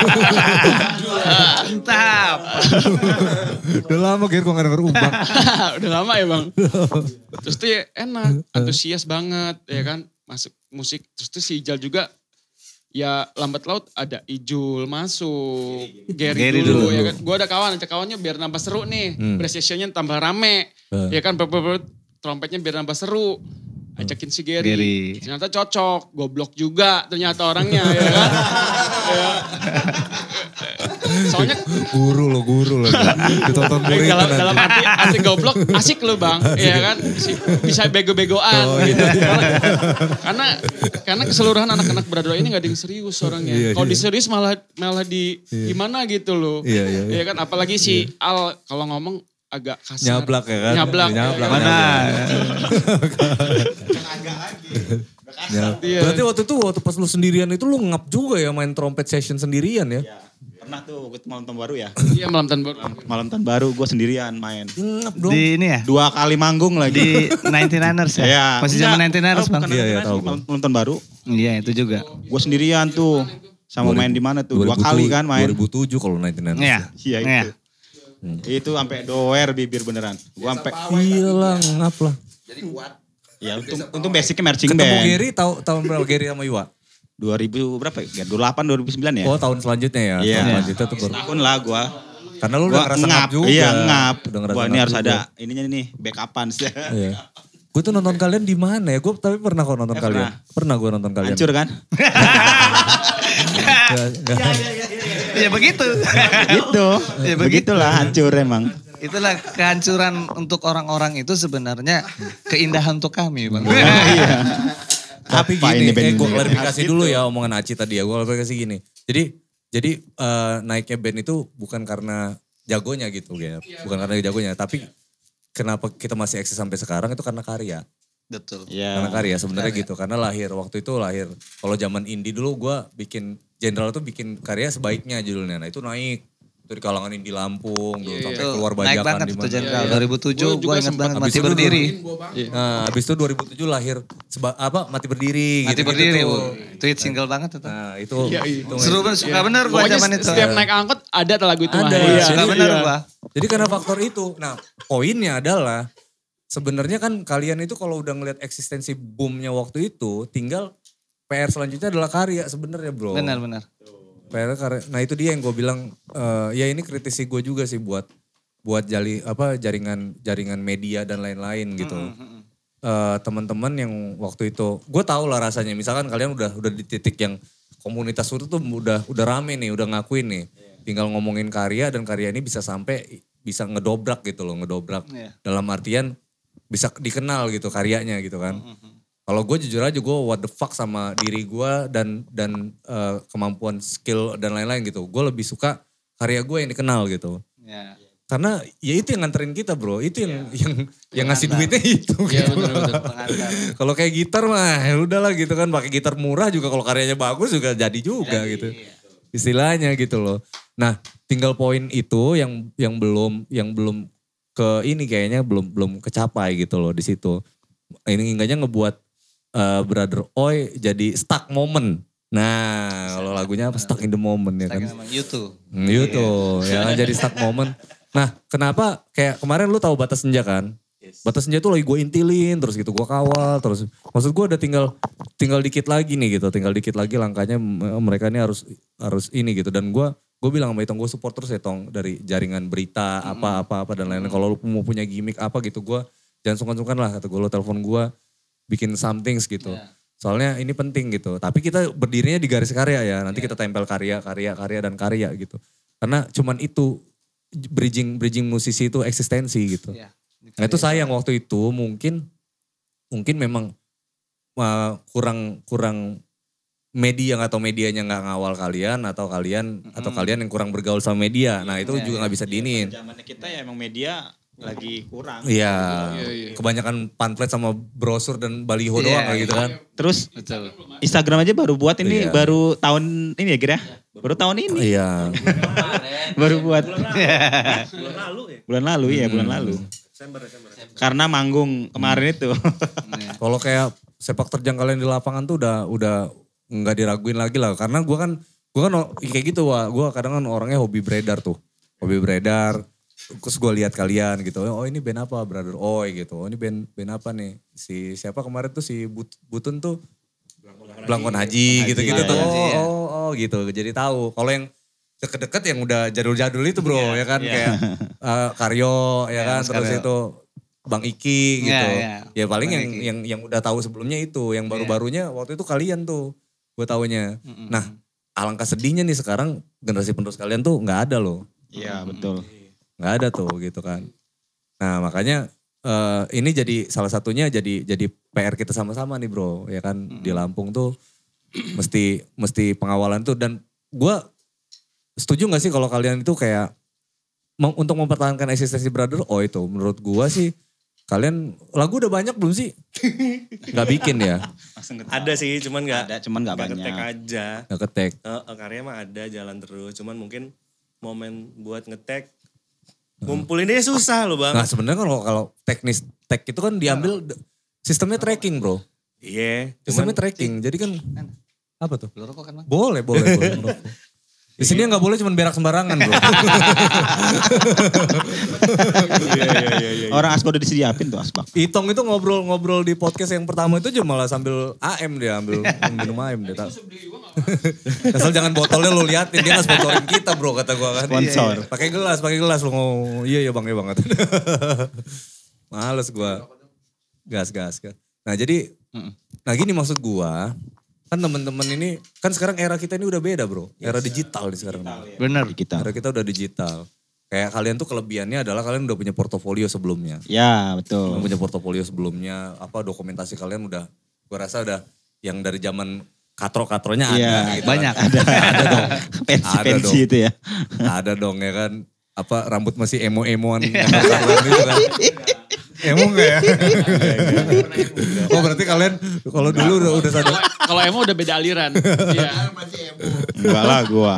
Mantap. Udah lama kira gue gak denger ubak. Udah lama ya bang. Terus tuh ya enak, antusias banget ya kan. Masuk musik, terus tuh si Ijal juga ya lambat laut ada Ijul masuk. Gary, Gary dulu, dulu. ya kan. Gue ada kawan, ada kawannya biar nambah seru nih. Hmm. Precisionnya tambah rame. Hmm. Ya kan, trompetnya biar nambah seru. Ajakin si Gary. Gary. Ternyata cocok, goblok juga ternyata orangnya ya kan. Ya. Soalnya Guru lo, guru lo. Ditonton Eh, murid dalam, nanti. dalam arti, arti goblok asik lu bang, ya kan Si- bisa bego-begoan Oh, gitu. Karena, karena karena keseluruhan anak-anak Brother ini gak ada yang serius orangnya. Iya, Kalau iya. di serius malah malah di gimana gitu loh. Iya, iya, iya. Ya kan apalagi si Al kalau ngomong agak kasar. Nyablak ya kan? Nyablak. Nyablak. ya kan? Mana? Ya. Iya. Berarti waktu itu waktu pas lu sendirian itu lu ngap juga ya main trompet session sendirian ya? Pernah tuh waktu malam tahun baru ya. Iya malam tahun baru. Malam tahun baru gue sendirian main. Ngap dong. Di ini ya? Dua kali manggung lagi. Di sembilan puluh sembilaners ya? Iya. Masih Enggak. zaman sembilan puluh sembilaners Oh, bang? bukan Iya, iya, sembilan puluh sembilan, tahu Malam, malam tahun baru. Iya itu juga. Gue sendirian tuh. Sama main di mana tuh? Dua kali kan main. dua ribu tujuh kalau sembilan puluh sembilan. Iya. Iya Iya. itu. Itu sampai doer bibir beneran. Gua sampai Iya lah, ngap lah. Jadi kuat. ya untung untung basicnya marching Ketemu band. Gary tahu tahun berapa Gary sama Iwa? dua ribu berapa ya? dua ribu delapan dua ribu sembilan ya? Oh tahun selanjutnya ya. Iya. Tahun selanjutnya tuh baru. Tahun lah gua. Karena lu Gua udah ngerasa ngap juga. Iya ngap. Udah ngerasa Wah ini ngap harus juga. ada ininya nih backupan sih. Iya. Gue tuh nonton kalian di mana ya? Gue tapi pernah kok nonton Eh, kalian. pernah. Pernah gue nonton kalian. Hancur kan? Nggak- nggak- Ya begitu. Gitu. Ya, begitu. Begitulah hancur emang. Itulah kehancuran untuk orang-orang itu sebenarnya keindahan untuk kami, Bang. Iya. Tapi Apa gini, ini band eh, gue ini? klarifikasi dulu ya omongan Aci tadi ya. Gue klarifikasi gini. Jadi jadi eh, naiknya band itu bukan karena jagonya gitu ya. Bukan karena jagonya. Tapi kenapa kita masih eksis sampai sekarang itu karena karya. Betul. Iya. Karena karya sebenarnya gitu. Karena lahir, waktu itu lahir. Kalau zaman indie dulu gue bikin, Jenderal tuh bikin karya sebaiknya judulnya. Nah itu naik. Itu di kalangan indie Lampung. Dulu, Iya, sampai Itu keluar naik bajakan banget di itu mana. Jenderal. Iya, iya. dua ribu tujuh Gua gue juga ingat sempat- banget habis mati itu berdiri. Nah habis itu dua ribu tujuh lahir, seba, apa Mati Berdiri. Mati gitu-gitu berdiri. tuh. Wuh. Itu hit single banget itu. Nah itu. Iya, iya. itu Seru banget, suka bener gue Pokoknya zaman itu. setiap naik angkot ada tuh lagu itu. Ada. mah. Iya. Suka Jadi- bener iya. gue. Jadi karena faktor itu. Nah poinnya adalah sebenarnya kan kalian itu kalau udah ngeliat eksistensi boomnya waktu itu, tinggal P R selanjutnya adalah karya sebenarnya bro. Benar-benar. P R karya. Nah itu dia yang gue bilang, eh, ya ini kritisi gue juga sih buat buat jali apa jaringan jaringan media dan lain-lain gitu. Eh, teman-teman yang waktu itu, gue tau lah rasanya. Misalkan kalian udah udah di titik yang komunitas itu tuh udah udah rame nih, udah ngakuin nih. Tinggal ngomongin karya dan karya ini bisa sampai bisa ngedobrak gitu loh, ngedobrak. Iya. Dalam artian bisa dikenal gitu karyanya gitu kan. Kalau gue jujur aja gue what the fuck sama diri gue dan dan eh, kemampuan skill dan lain-lain gitu. Gue lebih suka karya gue yang dikenal gitu. Ya. Karena ya itu yang nganterin kita bro, itu yang yang yang ngasih duitnya itu. Iya gitu. betul-betul. Pengantar. Kalau kayak gitar mah ya udahlah gitu kan, pakai gitar murah juga kalau karyanya bagus juga jadi juga gitu. Istilahnya gitu loh. Nah, tinggal poin itu yang yang belum yang belum ke ini kayaknya belum belum kecapai gitu loh di situ. Ini enggaknya ngebuat eh, Brother Oi jadi stuck moment. Nah, kalau lagunya apa stuck in the moment ya kan. Namanya YouTube. Hmm, gitu, ya kan jadi stuck moment. Nah, kenapa kayak kemarin lu tahu Batas Senja kan? Batas Senja tuh lagi gue intilin, terus gitu gue kawal, terus maksud gue udah tinggal tinggal dikit lagi nih gitu, tinggal dikit lagi langkahnya m- mereka ini harus harus ini gitu. Dan gue gue bilang sama Itong gue support terus ya Tong dari jaringan berita apa apa apa dan lain-lain. Kalau lu mau punya gimmick apa gitu gue jangan sungkan-sungkan lah kata gue, lo telepon gue bikin somethings gitu. Soalnya ini penting gitu. Tapi kita berdirinya di garis karya ya. Nanti kita tempel karya, karya, karya dan karya gitu. Karena cuman itu bridging bridging musisi itu eksistensi gitu. Iya. Nah itu sayang waktu itu mungkin mungkin memang uh, kurang kurang media atau medianya nggak ngawal kalian atau kalian atau kalian yang kurang bergaul sama media. Nah itu juga nggak bisa diinin. Zamannya kita ya emang media lagi kurang. Iya, Iya, iya. kebanyakan pamflet sama brosur dan baliho Iya, doang kayak gitu kan. Terus Betul. Instagram aja baru buat ini Iya. baru tahun ini ya kira? Baru tahun ini Iya. baru buat. Bulan lalu ya? Bulan lalu ya bulan lalu. Desember, Desember. Karena manggung kemarin itu. Kalau kayak sepak terjang kalian di lapangan tuh udah udah nggak diraguin lagi lah. Karena gue kan gue kan o- kayak gitu wah. Gue kadang kan orangnya hobi beredar tuh, hobi beredar. Terus gue lihat kalian gitu, oh ini band apa Brother Oi gitu, oh ini band band apa nih, si siapa kemarin tuh si But, Butun tuh Blangkon Haji gitu-gitu tuh, Haji, oh, ya. oh, oh gitu, jadi tahu. Kalau yang deket-deket yang udah jadul-jadul itu bro, ya kan kayak eh, Karyo, ya kan, Mas terus Karyo. itu Bang Iki Iya, gitu. iya. Ya paling Bang yang Iki. yang yang udah tahu sebelumnya itu, yang baru-barunya waktu itu kalian tuh, gue taunya. Nah, alangkah sedihnya nih sekarang generasi penerus kalian tuh nggak ada loh. Iya betul. Nggak ada tuh gitu kan. Nah makanya eh, ini jadi salah satunya jadi jadi P R kita sama-sama nih bro. Ya kan di Lampung tuh mesti mesti pengawalan tuh. Dan gue setuju gak sih kalau kalian itu kayak mem- untuk mempertahankan eksistensi Brother Oh itu menurut gue sih kalian lagu udah banyak belum sih? Gak bikin ya? Langsung ketawa. Ada sih, cuman nggak Ada, cuman nggak nggak banyak. ngetek aja. Gak ketek. Eh, eh, karya mah ada jalan terus, cuman mungkin momen buat ngetek ngumpulinnya susah loh bang. Nah sebenarnya kalau kalau teknis tag itu kan diambil sistemnya tracking bro. Iya, cuman Sistemnya tracking. Jadi kan Apa tuh? Lu rokok kan bang? Boleh, boleh, boleh. Ngerokok. Di sini nggak boleh cuma berak sembarangan bro. Orang asbak udah disediapin tuh asbak. Itong itu ngobrol-ngobrol di podcast yang pertama itu aja malah sambil A M dia ambil minum A M dia. Asal jangan botolnya lu liatin, dia nggak sponsorin kita bro kata gua kan. Sponsor. Pakai gelas, pakai gelas lu ngomong. Iya iya bang, iya bang. Males gua. Gas, gas, gas. Nah jadi, nah gini maksud gua. Kan teman-teman ini, kan sekarang era kita ini udah beda bro. Era digital nih sekarang. Bener. Kita. Era kita udah digital. Kayak kalian tuh kelebihannya adalah kalian udah punya portofolio sebelumnya. Ya betul. Kalian punya portofolio sebelumnya, apa dokumentasi kalian udah, gue rasa udah yang dari zaman katro-katronya ada. Iya, gitu banyak. kan. Ada, ada dong. Pensi-pensi dong. itu ya. Ada dong ya kan. Apa rambut masih emo-emoan. gitu kan. Emo gak ya? Oh berarti kalian kalau dulu udah, udah sadar. Kalau emo udah beda aliran. Iya. Enggak lah gua.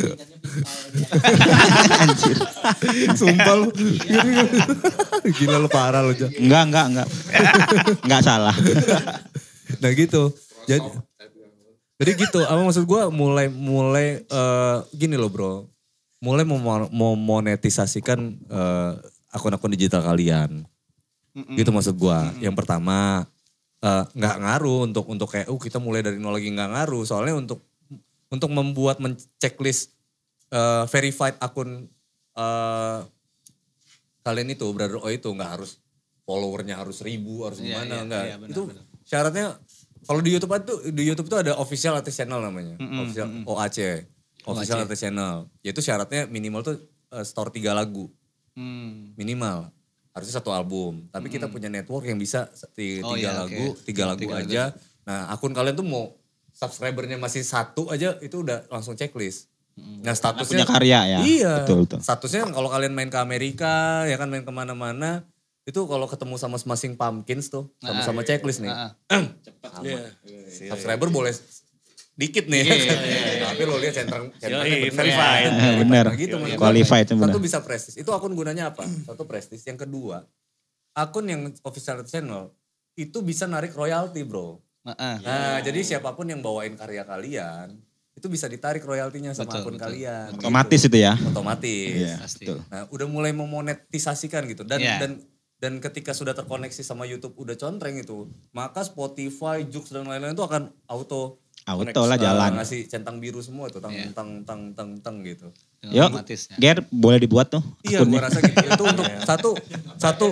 Anjir. Sumpah lu. Gila lu parah lu. Enggak, enggak, enggak. Enggak salah. Nah gitu. Jadi, jadi gitu. Apa maksud gue mulai mulai uh, gini loh bro. Mulai memonetisasikan uh, akun-akun digital kalian. Mm-mm. Gitu maksud gue. Mm-mm. Yang pertama nggak uh, ngaruh untuk untuk kayak, oh kita mulai dari nol lagi nggak ngaruh. Soalnya untuk untuk membuat men-checklist uh, verified akun uh, kalian itu, Brother O itu nggak harus followernya harus ribu, harus gimana, yeah, yeah, enggak. Yeah, benar, itu benar. Syaratnya, kalau di YouTube itu di YouTube itu ada official artist channel namanya, mm-hmm, official mm-hmm. O A C, official artist channel. Yaitu syaratnya minimal tuh uh, store tiga lagu, mm. minimal. Harusnya satu album, tapi mm. kita punya network yang bisa tiga, oh, tiga iya, lagu, okay. tiga lagu tiga aja. Lagu. Nah akun kalian tuh mau subscribernya masih satu aja itu udah langsung checklist. Mm. Nah statusnya punya karya ya. Iya. Betul, betul. Statusnya kalau kalian main ke Amerika, ya kan main kemana-mana, itu kalau ketemu sama masing pumpkins tuh, sama-sama checklist nih. Cepat. Yeah. Subscriber yeah. boleh dikit nih. Yeah, yeah, yeah. Tapi lo lihat centang centangnya verified. Benar. Nah, gitu, Qualified itu benar. Satu bisa prestis. Itu akun gunanya apa? Satu prestis. Yang kedua, akun yang official channel itu bisa narik royalti, bro. Nah, yeah. jadi siapapun yang bawain karya kalian itu bisa ditarik royaltinya sama betul, akun betul. kalian. Otomatis gitu. itu ya. Otomatis. Yeah, betul. Nah, udah mulai memonetisasikan gitu dan yeah. dan dan ketika sudah terkoneksi sama YouTube udah contreng itu, maka Spotify, Joox dan lain-lain itu akan auto auto lah jalan. Uh, ngasih centang biru semua tuh, tang yeah. tang tang tang tang gitu. Yuk, Ger boleh dibuat tuh. Iya, gue rasa gitu. Itu untuk satu satu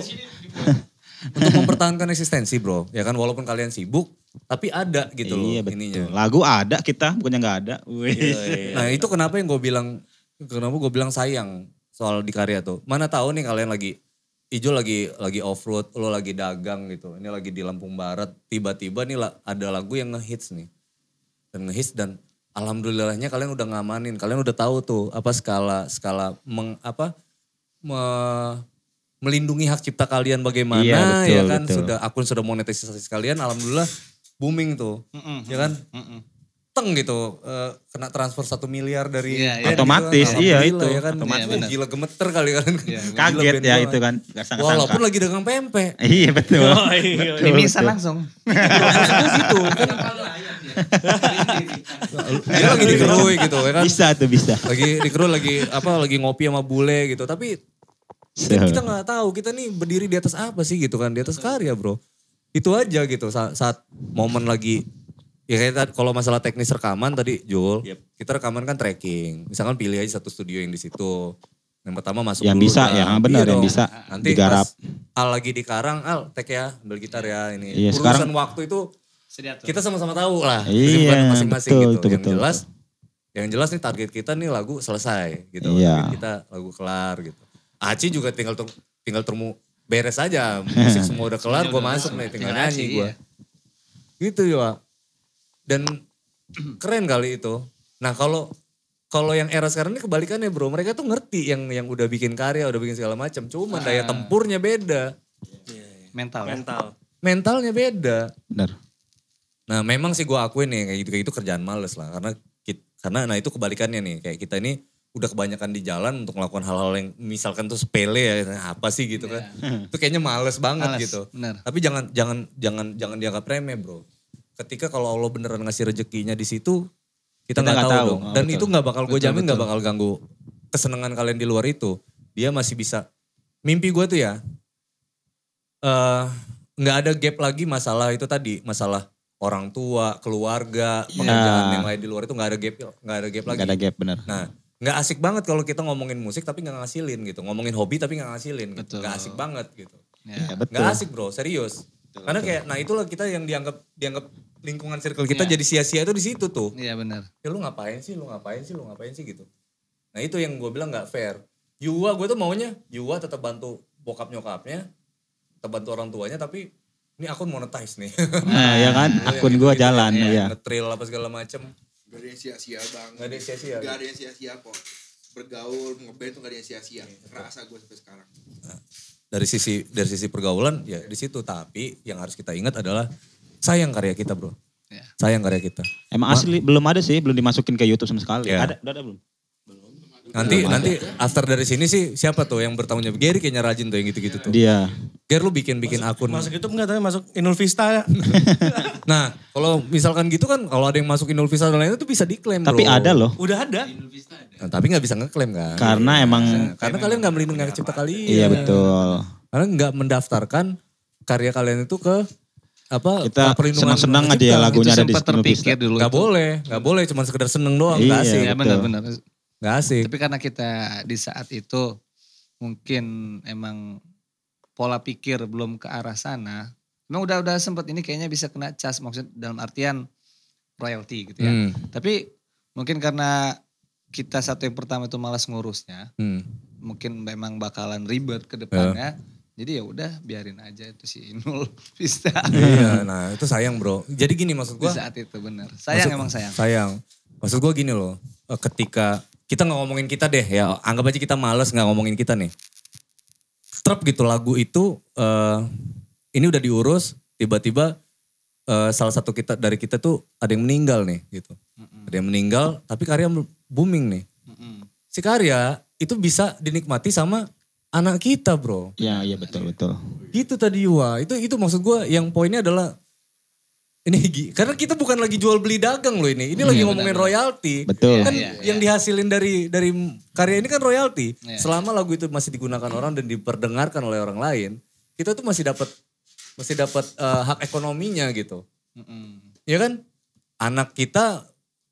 untuk mempertahankan eksistensi, bro. Ya kan walaupun kalian sibuk, tapi ada gitu iya, loh betul. ininya. Lagu ada kita, bukannya nggak ada. Iya, iya. Nah itu kenapa yang gue bilang, kenapa gue bilang sayang soal di karya tuh. Mana tahu nih kalian lagi Ijo lagi lagi off road, lo lagi dagang gitu. Ini lagi di Lampung Barat, tiba-tiba nih ada lagu yang ngehits nih. Dan ngehits dan alhamdulillahnya kalian udah ngamanin, kalian udah tahu tuh apa skala skala meng, apa me, melindungi hak cipta kalian bagaimana iya, betul, ya kan betul. Sudah akun sudah monetisasi kalian, alhamdulillah booming tuh, mm-mm, ya kan, mm-mm. teng gitu uh, kena transfer satu miliar dari iya, iya. Otomatis gitu kan. Iya itu ya kan, otomatis iya, oh, gila gemeter kali kan, iya, kaget ya itu kan, gak sangka-sangka. Walaupun lagi dagang pempek. Iya betul. Oh, iya, betul mimisan langsung. Prosesnya gitu kan. Dia lagi di Kerui gitu ya kan. Bisa tuh bisa. Lagi di Kerui lagi apa lagi ngopi sama bule gitu. Tapi so. kita gak tahu kita nih berdiri di atas apa sih gitu kan. Di atas karya bro. Itu aja gitu saat, saat momen lagi. Ya kayak kalau masalah teknis rekaman tadi Jul. Yep. Kita rekaman kan tracking. Misalkan pilih aja satu studio yang di situ. Yang pertama masuk yang dulu. Bisa Nah, ya benar iya yang dong. bisa Nanti digarap. Al lagi di Karang, Al take ya ambil gitar ya ini. Iya, urusan sekarang, waktu itu kita sama-sama tahu lah. Iya, masing-masing betul, gitu. betul, yang betul, jelas, betul. yang jelas nih target kita nih lagu selesai gitu. Iya. Target kita lagu kelar gitu. Aci juga tinggal ter, tinggal termu beres aja. Musik semua udah kelar, gue masuk nih tinggal nyanyi gue. Gitu ya. Dan keren kali itu. Nah kalau kalau yang era sekarang ini kebalikannya bro, mereka tuh ngerti yang yang udah bikin karya, udah bikin segala macam. Cuma ah. daya tempurnya beda. Mental. Mental. Mentalnya beda. Benar. Nah memang sih gue akuin nih kayak gitu kayak itu kerjaan males lah karena kita, karena nah itu kebalikannya nih kayak kita ini udah kebanyakan di jalan untuk melakukan hal-hal yang misalkan tuh sepele ya apa sih gitu kan. Yeah. Itu kayaknya males banget males, gitu. Bener. Tapi jangan jangan jangan jangan dianggap remeh bro. ketika kalau Allah beneran ngasih rezekinya di situ, kita Kita nggak nggak tahu, tahu. dong. Oh, Dan betul. itu nggak bakal gue Betul, jamin nggak betul. bakal ganggu kesenangan kalian di luar itu. Dia masih bisa. Mimpi gue tuh ya, eh, nggak ada gap lagi masalah itu tadi, masalah orang tua, keluarga, pekerjaan yang lain di luar itu nggak ada gap, nggak ada gap lagi. Gak ada gap bener. Nah, nggak asik banget kalau kita ngomongin musik tapi nggak ngasilin gitu, ngomongin hobi tapi nggak ngasilin, gitu. Betul. Nggak asik banget gitu. Ya, Nggak betul. asik bro, serius. Karena kayak, nah itulah kita yang dianggap dianggap lingkungan circle kita Iya. jadi sia-sia itu di situ tuh. Iya benar. Ya lu ngapain sih, lu ngapain sih, lu ngapain sih gitu. Nah itu yang gue bilang nggak fair. Yua gue tuh maunya, Yua tetap bantu bokap nyokapnya, tetap bantu orang tuanya, tapi ini akun monetize nih. Nah ya kan, akun gue jalan ya. Ngetril apa segala macem. Gak ada yang sia-sia bang. Nggak ada yang sia-sia. Gak ada yang sia-sia kok. Bergaul, ngeband tuh gak ada yang sia-sia. Rasa gue sampai sekarang. Dari sisi dari sisi pergaulan ya di situ, tapi yang harus kita ingat adalah sayang karya kita bro. Ya. Sayang karya kita. Emang asli belum ada sih, belum dimasukin ke YouTube sama sekali. Ya. Ada, udah ada belum? Nanti nanti after dari sini sih siapa tuh yang bertanggung jawab? Gary kayaknya rajin tuh yang gitu-gitu tuh. Dia. Gary lu bikin-bikin akun. Masuk YouTube enggak tapi masuk Inul Vista ya. Nah, kalau misalkan gitu kan, kalau ada yang masuk Inul Vista dan lain itu bisa diklaim bro. Tapi ada loh. Udah ada. Nah, tapi nggak bisa ngeklaim kan? Karena emang, Karena kalian nggak melindungi hak cipta kalian. iya betul. Karena nggak mendaftarkan karya kalian itu ke apa? Kita perlindungan senang-senang hak aja ya cipta. lagunya Itu ada di sempat Inul terpikir Vista. dulu. Nggak itu. boleh, nggak boleh, cuma sekedar seneng doang, nggak Iya, asik, Ya betul. benar-benar. nggak asik. Tapi karena kita di saat itu mungkin emang pola pikir belum ke arah sana. Memang udah udah sempat ini kayaknya bisa kena cas, maksud dalam artian royalti gitu ya. Hmm, Tapi mungkin karena kita satu yang pertama itu malas ngurusnya, hmm. mungkin memang bakalan ribet ke depannya. Jadi ya udah biarin aja itu si Inul Vista. Iya, nah itu sayang bro. Jadi gini maksud Di gua. saat itu benar. Sayang maksud- emang sayang. Sayang. Maksud gua gini loh, eh, ketika kita nggak ngomongin kita deh ya, anggap aja kita males nggak ngomongin kita nih. Strap gitu lagu itu, eh, ini udah diurus, tiba-tiba eh, salah satu kita dari kita tuh ada yang meninggal nih gitu. Ada yang meninggal, tapi karya booming nih. Mm-mm. Si karya itu bisa dinikmati sama anak kita bro. Iya, iya betul betul. Gitu tadi Yua, itu itu maksud gue yang poinnya adalah ini gi- karena kita bukan lagi jual beli dagang loh ini. Ini lagi Iya, ngomongin benar-benar. royalti. Betul. Kan Iya, iya, yang dihasilin dari dari karya ini kan royalti. Iya. Selama lagu itu masih digunakan orang dan diperdengarkan oleh orang lain, kita tuh masih dapat masih dapat eh, hak ekonominya gitu. Mm-mm. Ya kan? Anak kita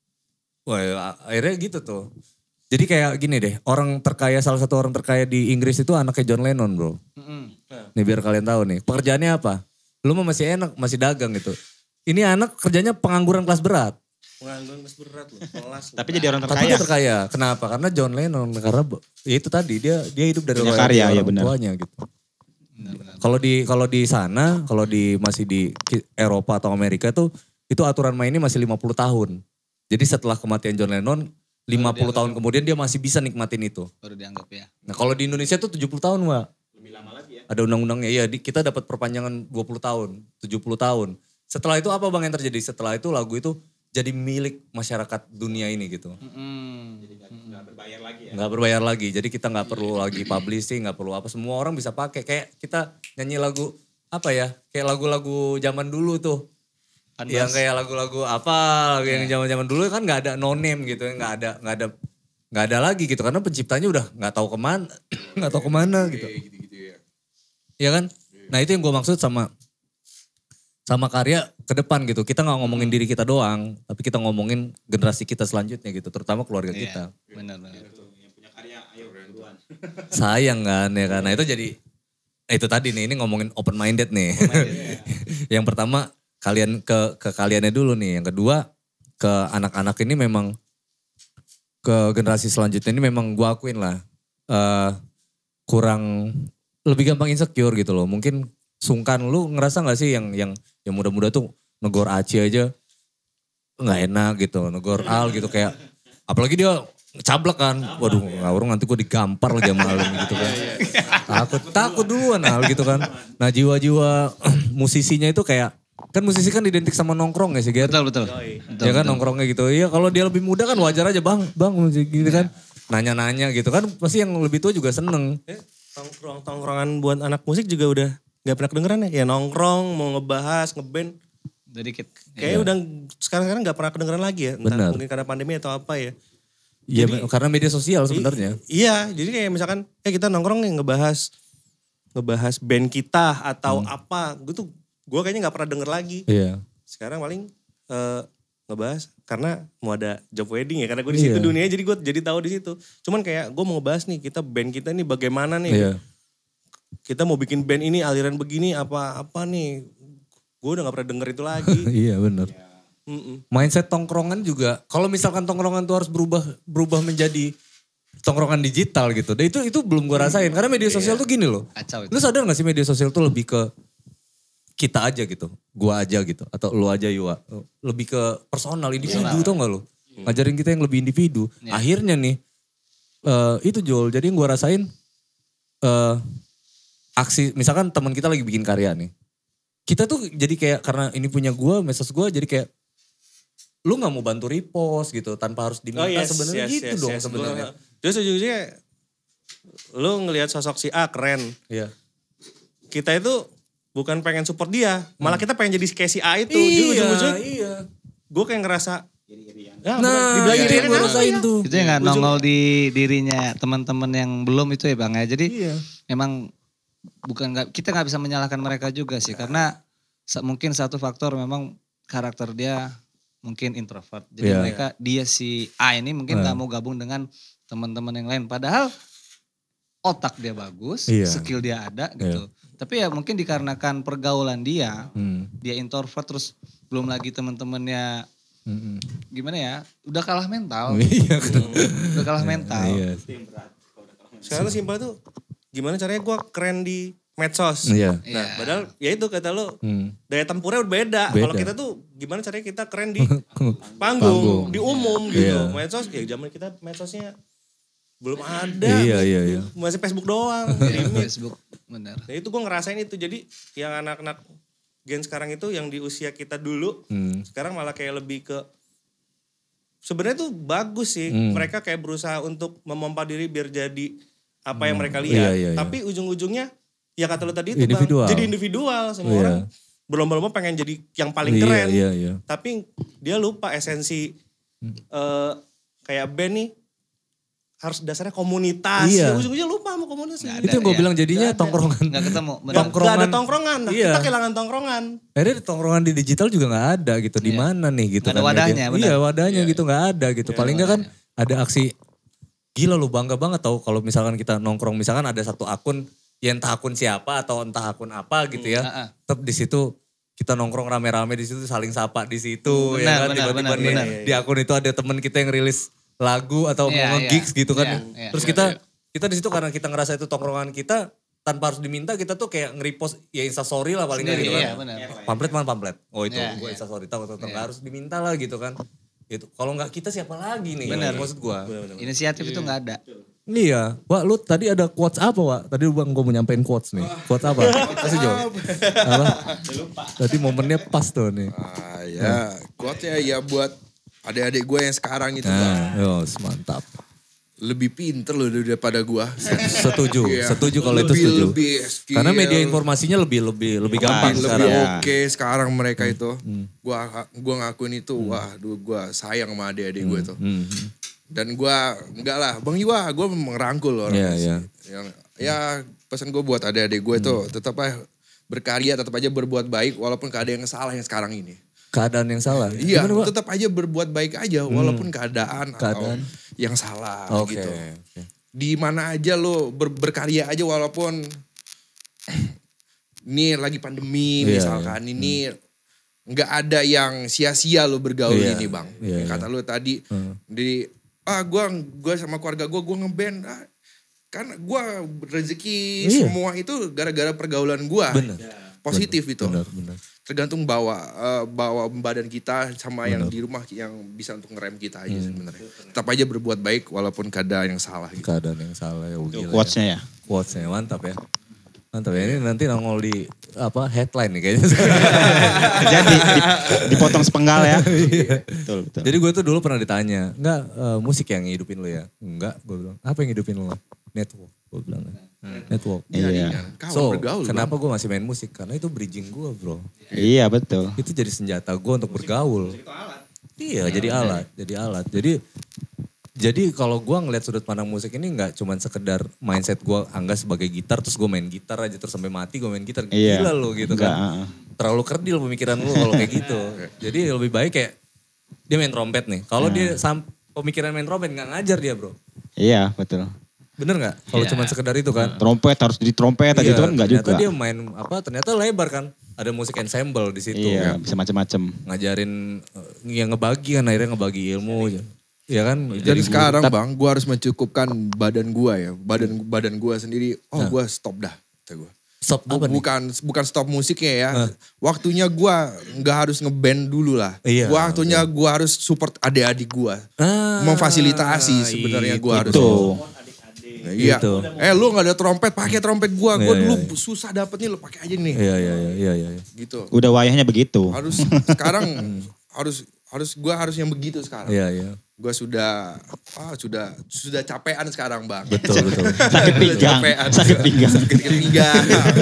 wah akhirnya gitu tuh. Jadi kayak gini deh, orang terkaya salah satu orang terkaya di Inggris itu anaknya John Lennon, bro. Mm-mm. Nih biar kalian tahu nih, pekerjaannya apa? Lu mah masih enak, masih dagang gitu. Ini anak kerjanya pengangguran kelas berat. Pengangguran kelas berat loh, kelas. Tapi jadi orang Tapi terkaya. dia terkaya. Kenapa? Karena John Lennon, karena ya itu tadi dia dia hidup dari Punya royalti karya, ya orang benar. tuanya gitu. Kalau di kalau di sana, kalau di masih di Eropa atau Amerika tuh itu aturan mainnya masih lima puluh tahun. Jadi setelah kematian John Lennon, lima puluh tahun kemudian dia masih bisa nikmatin itu. Baru dianggap ya. Nah kalau di Indonesia tuh tujuh puluh tahun, Wak. Lebih lama lagi ya. Ada undang-undangnya, iya di- kita dapat perpanjangan dua puluh tahun, tujuh puluh tahun. Setelah itu apa Bang yang terjadi? Setelah itu lagu itu jadi milik masyarakat dunia ini gitu. Mm-mm. Nggak berbayar lagi, jadi kita nggak perlu lagi publishing, nggak perlu apa, semua orang bisa pakai. Kayak kita nyanyi lagu, apa ya, kayak lagu-lagu zaman dulu tuh. Yang kayak lagu-lagu apa, lagu yang zaman-zaman dulu kan nggak ada no name gitu, nggak ada, nggak ada, nggak ada lagi gitu. Karena penciptanya udah nggak tahu kemana, nggak tahu kemana gitu. Gitu-gitu ya. Iya kan? Nah itu yang gue maksud sama sama karya ke depan gitu. Kita nggak ngomongin diri kita doang, tapi kita ngomongin generasi kita selanjutnya gitu, terutama keluarga Iya, kita. benar-benar. Sayang kan ya karena itu jadi eh, itu tadi nih ini ngomongin open minded nih. Yang pertama kalian ke ke kaliannya dulu nih, yang kedua ke anak-anak ini memang ke generasi selanjutnya ini memang gua akuin lah eh, kurang lebih gampang insecure gitu loh. Mungkin sungkan, lu ngerasa nggak sih yang yang yang muda-muda tuh negor Aci aja nggak enak gitu, negor Al gitu kayak apalagi dia cablek kan, waduh ngawurung nanti gue digampar lagi sama Alum gitu kan. Takut, takut duluan Al gitu kan. Nah jiwa-jiwa musisinya itu kayak, kan musisi kan identik sama nongkrong ya sih Ger? Betul, betul. Betul, Ya kan betul. nongkrongnya gitu. Iya kalau dia lebih muda kan wajar aja bang, bang gitu kan. Nanya-nanya gitu kan, pasti yang lebih tua juga seneng. Eh, tongkrong-tongkrongan buat anak musik juga udah gak pernah kedengeran ya. Ya nongkrong, mau ngebahas, ngeband. Jadi kita, Kayaknya Iya. udah sekarang-sekarang nggak pernah kedengeran lagi ya. Entah Benar. mungkin karena pandemi atau apa ya. Iya, Jadi- karena media sosial sebenarnya. I- iya, jadi kayak misalkan eh kita nongkrong nih ngebahas ngebahas band kita atau apa, gue tuh gue kayaknya nggak pernah denger lagi. Iya. Sekarang paling eh, ngebahas karena mau ada job wedding ya, karena gue di situ Iya. dunia jadi gue jadi tahu di situ. Cuman kayak gue mau ngebahas nih kita band kita nih bagaimana nih, Iya. kita mau bikin band ini aliran begini apa apa nih, gue udah nggak pernah denger itu lagi. Iya benar. Mm-mm. Mindset tongkrongan juga, kalau misalkan tongkrongan tuh harus berubah berubah menjadi tongkrongan digital gitu. Dan itu itu belum gue rasain karena media sosial tuh gini loh. kacau itu. Lu sadar gak sih media sosial tuh lebih ke kita aja gitu, gua aja gitu, atau lu aja Yua. Lebih ke personal, individu tau gak lu? Ngajarin kita yang lebih individu. Iya. Akhirnya nih, eh, itu Joel, jadi yang gua rasain eh, aksi, misalkan teman kita lagi bikin karya nih. Kita tuh jadi kayak, karena ini punya gua, message gua jadi kayak, lu gak mau bantu repost gitu, tanpa harus diminta Oh yes, sebenarnya yes, gitu yes, dong yes. sebenarnya. Gua- Terus ujung-ujungnya lu ngelihat sosok si A keren. Iya. Kita itu bukan pengen support dia, malah kita pengen jadi kayak si A itu. Jadi Iya, ujung-ujungnya iya. gue kayak ngerasa ya, Nah, dibilang itu yang iri-irian gue apa rasain ya? tuh. Itu yang gak nongol di dirinya teman-teman yang belum itu ya Bang ya. Jadi Iya. memang bukan nggak kita nggak bisa menyalahkan mereka juga sih karena sa- mungkin satu faktor memang karakter dia mungkin introvert. Jadi Iya. mereka dia si A ini mungkin Iya. nggak mau gabung dengan teman-teman yang lain. Padahal otak dia bagus, Iya. skill dia ada gitu. Tapi ya mungkin dikarenakan pergaulan dia, Hmm. dia introvert terus belum lagi teman-temannya Mm-mm. gimana ya, udah kalah mental, Iya. udah kalah mental. Iya. Sekarang tuh simpel tuh gimana caranya gue keren di medsos. Iya. Nah, Iya. padahal ya itu kata lo Hmm. daya tempurnya udah beda. Beda. Kalau kita tuh gimana caranya kita keren di Panggung. panggung, di umum gitu. Iya. Medsos ya zaman kita medsosnya belum ada. Iya, iya, iya. Masih Facebook doang. Iya, Limit. Facebook benar. Nah itu gue ngerasain itu. Jadi yang anak-anak gen sekarang itu yang di usia kita dulu. Hmm. Sekarang malah kayak lebih ke. Sebenarnya tuh bagus sih. Hmm. Mereka kayak berusaha untuk memompa diri biar jadi apa yang mereka Iya, lihat. iya, iya. Tapi ujung-ujungnya ya kata lo tadi itu Individual. Bang. Jadi individual. Semua Iya. orang berlomba-lomba pengen jadi yang paling Iya, keren. Iya, iya. Tapi dia lupa esensi eh, kayak band nih. Harus dasarnya komunitas. Iya. Ya, ujung-ujungnya lupa sama komunitas. Nggak Itu yang gue Iya. bilang jadinya Nggak ada. tongkrongan. Nggak ketemu. Benar. Gak, gak ada Tongkrongan. tongkrongan. Nah, Iya. kita kehilangan tongkrongan. Akhirnya tongkrongan di digital juga gak ada gitu. Di Iya. mana nih gitu Nggak ada kan. wadahnya, media. benar. Iya wadahnya gitu gak ada gitu. Iya, Paling gak kan wadahnya. ada aksi. Gila lu bangga banget tau kalau misalkan kita nongkrong. Misalkan ada satu akun. Ya entah akun siapa atau entah akun apa gitu ya. Ah, ah. Tetap di situ kita nongkrong rame-rame di situ saling sapa di situ. Benar, ya kan. benar, Tiba-tiba benar, nih benar. di akun itu ada teman kita yang rilis lagu atau Iya, mau nge-gigs iya. gitu kan. Iya, iya. Terus kita kita di situ karena kita ngerasa itu tongkrongan kita tanpa harus diminta kita tuh kayak nge-repost ya instastory lah paling nggak Sendiri, gitu kan. iya, benar. Pamflet mana pamflet? Oh itu Iya, gue iya. instastory tahu tahu tahu. Iya. Nggak harus diminta lah gitu kan. Gitu. Kalau nggak kita siapa lagi nih? Benar. Maksud gue. Inisiatif itu nggak ada. Iya. Wah lu tadi ada quotes apa Wak? Tadi bang gue mau nyampein quotes nih. Quotes apa? Kasih jawab. Apa? Tadi momennya pas tuh nih. Ah ya, quote-nya ya buat adik-adik gue yang sekarang itu Bang. Nah, yos, mantap. Lebih pinter loh daripada gue. Setuju, Iya. setuju kalau itu Lebih- setuju. lebih skill. Karena media informasinya lebih lebih lebih gampang lebih, sekarang. lebih Iya. oke sekarang mereka itu. Hmm. Gua gua ngakuin itu, wah, duh, gua sayang sama adik-adik gue itu. Hmm. Dan gua enggak lah, Bang Iwa, gua merangkul orang. Iya, sih. iya. Yang ya pesan gue buat adik-adik gue itu Hmm. tetap aja berkarya, tetap aja berbuat baik walaupun keadaan yang salah yang sekarang ini. Keadaan yang salah. Iya, Gimana, Wak? tetap aja berbuat baik aja walaupun keadaan, Keadaan. atau yang salah Oke. gitu. oke. Di mana aja lo ber- berkarya aja walaupun ini lagi pandemi Iya, misalkan ini nggak ada yang sia-sia lo bergaul Iya, ini Bang. iya, Yang kata lo tadi Hmm. di ah gua gua sama keluarga gua gua ngeband ah, kan gua rezeki Iya. semua itu gara-gara pergaulan gua. Benar. Positif itu. Benar, benar. Tergantung bawa eh, bawa badan kita sama yang di rumah yang bisa untuk ngerem kita Hmm. aja sebenarnya. Tetap aja berbuat baik walaupun keadaan yang salah gitu. Keadaan yang salah ya. oh, Itu gila quotes-nya ya. Quotes-nya mantap ya. Mantap ya. Ini nanti nongol di apa headline nih kayaknya. Jadi di- dipotong sepenggal ya. Betul, betul. Jadi gue tuh dulu pernah ditanya, enggak eh, musik yang ngidupin lo ya? Enggak, gue bilang. Apa yang ngidupin lo? Network, gue bilang. Network. Iya. Kawan So, bergaul. kenapa gue masih main musik? Karena itu bridging gue bro. Iya betul. Itu jadi senjata gue untuk bergaul. Iya, jadi alat, jadi alat. Jadi jadi kalau gue ngeliat sudut pandang musik ini nggak cuman sekedar mindset gue anggap sebagai gitar, terus gue main gitar aja terus sampai mati gue main gitar. Iya. Gila lo gitu Nggak, kan. uh. Terlalu kerdil pemikiran lo kalau kayak gitu. Jadi lebih baik kayak dia main trompet nih. Kalau dia sam pemikiran main trompet nggak ngajar dia bro. Iya betul. Bener nggak? Kalau Iya. cuman sekedar itu kan. Trompet harus jadi trompet aja itu kan enggak ternyata juga. dia main apa? Ternyata lebar kan. Ada musik ensemble di situ. Iya bisa macam-macam. Ngajarin uh, yang ngebagi kan akhirnya ngebagi ilmu. Iya kan? Dan Jadi sekarang guru. bang, gue harus mencukupkan badan gue ya. Badan badan gue sendiri, oh Nah. gue stop dah. Kata gue. Stop Bu- apa nih? bukan bukan stop musiknya ya. Hah. Waktunya gue nggak harus ngeband dulu lah. Iya, Waktunya gue harus support adik-adik gue. Ah, Memfasilitasi sebenarnya gue harus. Tuh. Nah, iya. Gitu. Eh lu nggak ada trompet, pakai trompet gue. Gue Iya, dulu iya, susah dapetnya, lu pakai aja nih. Iya, iya, iya, iya, iya. Gitu. Udah wayahnya begitu. Harus sekarang harus harus gue harus yang begitu sekarang. Iya, iya. Gue sudah ah, sudah sudah capean sekarang bang. Betul, betul. Sakit pinggang. Capean. Sakit pinggang. Sakit pinggang.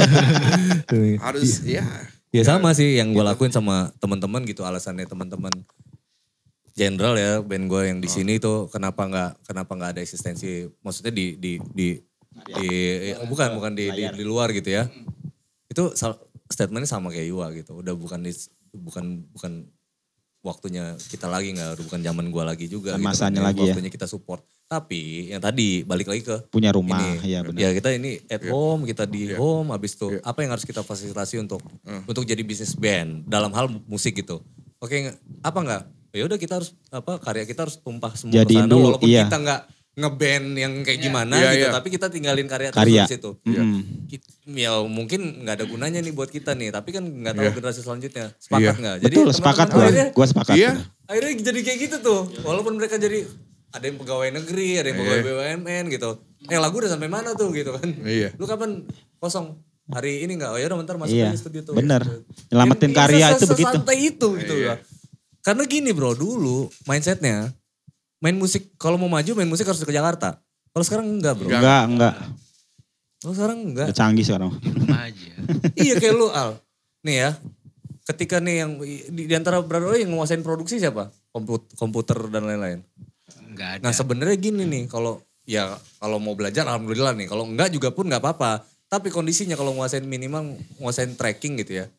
Harus ya. Ya sama sih yang gue lakuin sama teman-teman gitu alasannya teman-teman general ya band gue yang di sini tuh kenapa nggak kenapa nggak ada eksistensi maksudnya di di di di ya, bukan bukan di, di di luar gitu ya itu sal- statementnya sama kayak Iwa gitu udah bukan di, bukan bukan waktunya kita lagi nggak udah bukan zaman gue lagi juga gitu, Masanya kan, lagi ya. waktunya kita support tapi yang tadi balik lagi ke Punya rumah, ini, ya benar. ya kita ini at home, kita di Iya. home, habis itu Iya. apa yang harus kita fasilitasi untuk Hmm. untuk jadi bisnis band dalam hal musik gitu. Oke, nge- apa enggak? Ya udah kita harus apa karya kita harus tumpah semua ke Jadiin sana dulu, walaupun iya. kita enggak ngeband yang kayak gimana Iya, gitu, iya. tapi kita tinggalin karya, Karya. terus di situ. Mm. Kit- Ya mungkin nggak ada gunanya nih buat kita nih, tapi kan nggak tahu Iya. generasi selanjutnya. Sepakat Iya. nggak? Betul sepakat gue. akhirnya, Gue sepakat. Iya. akhirnya jadi kayak gitu tuh. Walaupun mereka jadi ada yang pegawai negeri, ada yang pegawai Iya. B U M N gitu. Eh lagu udah sampai mana tuh gitu kan? Iya. Lu kapan kosong? Hari ini enggak? Oh ya udah bentar masuk Iya, aja studio tuh. bener. Gitu. Nyelamatin Yang- karya yang itu begitu. sesantai itu gitu Iya. ya. Karena gini bro, dulu mindsetnya main musik kalau mau maju main musik harus ke Jakarta. Kalau sekarang enggak bro. Enggak, enggak. Kalau sekarang enggak. Udah canggih sekarang. Di rumah aja. Iya kayak lu Al. Nih ya. Ketika nih yang di, di antara brother lu yang nguasain produksi siapa? Komput- komputer dan lain-lain. Enggak ada. Nah sebenarnya gini nih, kalau ya kalau mau belajar alhamdulillah nih, kalau enggak juga pun nggak apa-apa. Tapi kondisinya kalau nguasain minimal nguasain tracking gitu ya.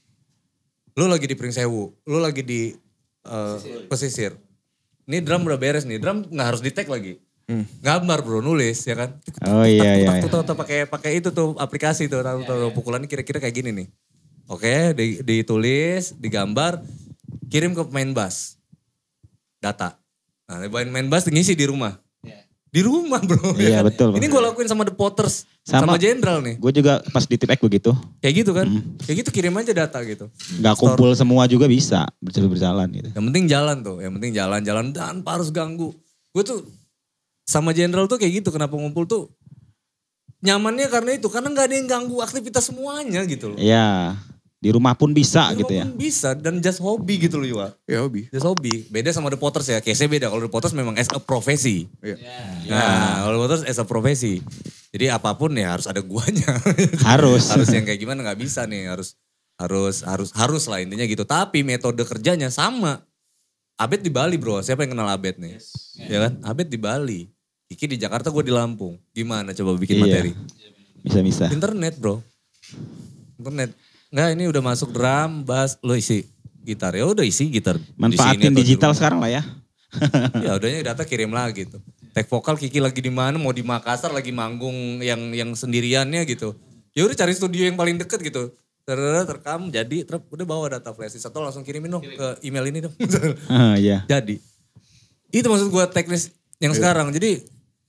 Lu lagi di Pringsewu, lu lagi di eh, pesisir. Ini drum udah beres nih, drum nggak harus di tag lagi. Gambar bro, nulis ya kan. Oh iya, iya, Tuh, tuh, tuh, pakai pakai itu tuh aplikasi tuh, tahu tahu pukulannya kira-kira kayak gini nih. Oke, di- ditulis, digambar, kirim ke main bass. Data. Nah, main main bass ngisi di rumah. Di rumah bro. Iya, ya kan? betul, Ini Bang. gue lakuin sama The Potters. Sama, Sama. Jenderal nih. Gue juga pas di Tipek begitu. Kayak gitu kan. Kayak gitu kirim aja data gitu. Nggak kumpul semua juga bisa. Berjalan berjalan gitu. Yang penting jalan tuh. Yang penting jalan-jalan dan harus ganggu. Gue tuh sama Jenderal tuh kayak gitu. Kenapa ngumpul tuh. Nyamannya karena itu. Karena gak ada yang ganggu aktivitas semuanya gitu loh. Iya. Di rumah pun bisa Di gitu rumah ya. pun bisa. Dan just hobi gitu loh Iwa. Ya hobi. Just hobi. Beda sama The Potters ya. Case-nya beda. Kalau The Potters memang as a profesi. Iya. Nah, kalau The Potters as a profesi. Jadi apapun ya harus ada guanya. Harus. harus yang kayak gimana nggak bisa nih. Harus harus harus harus lah intinya gitu. Tapi metode kerjanya sama. Abed di Bali bro. Siapa yang kenal Abed nih? Ya kan? Abed di Bali. Kiki di Jakarta, gue di Lampung. Gimana coba bikin Iya. materi? Bisa-bisa. Internet bro. Internet. Nggak ini udah masuk drum, bass, lo isi gitar. Ya udah isi gitar. di sini Manfaatin atau di digital rumah. sekarang lah ya. Ya udahnya data kirim lagi tuh. Tag vokal Kiki lagi di mana, mau di Makassar lagi manggung yang yang sendiriannya gitu. Ya udah cari studio yang paling deket gitu. Ter terekam jadi ter udah bawa data flash satu langsung kirimin dong ke email ini dong. Ah, iya. Jadi itu maksud gua teknis yang sekarang. Jadi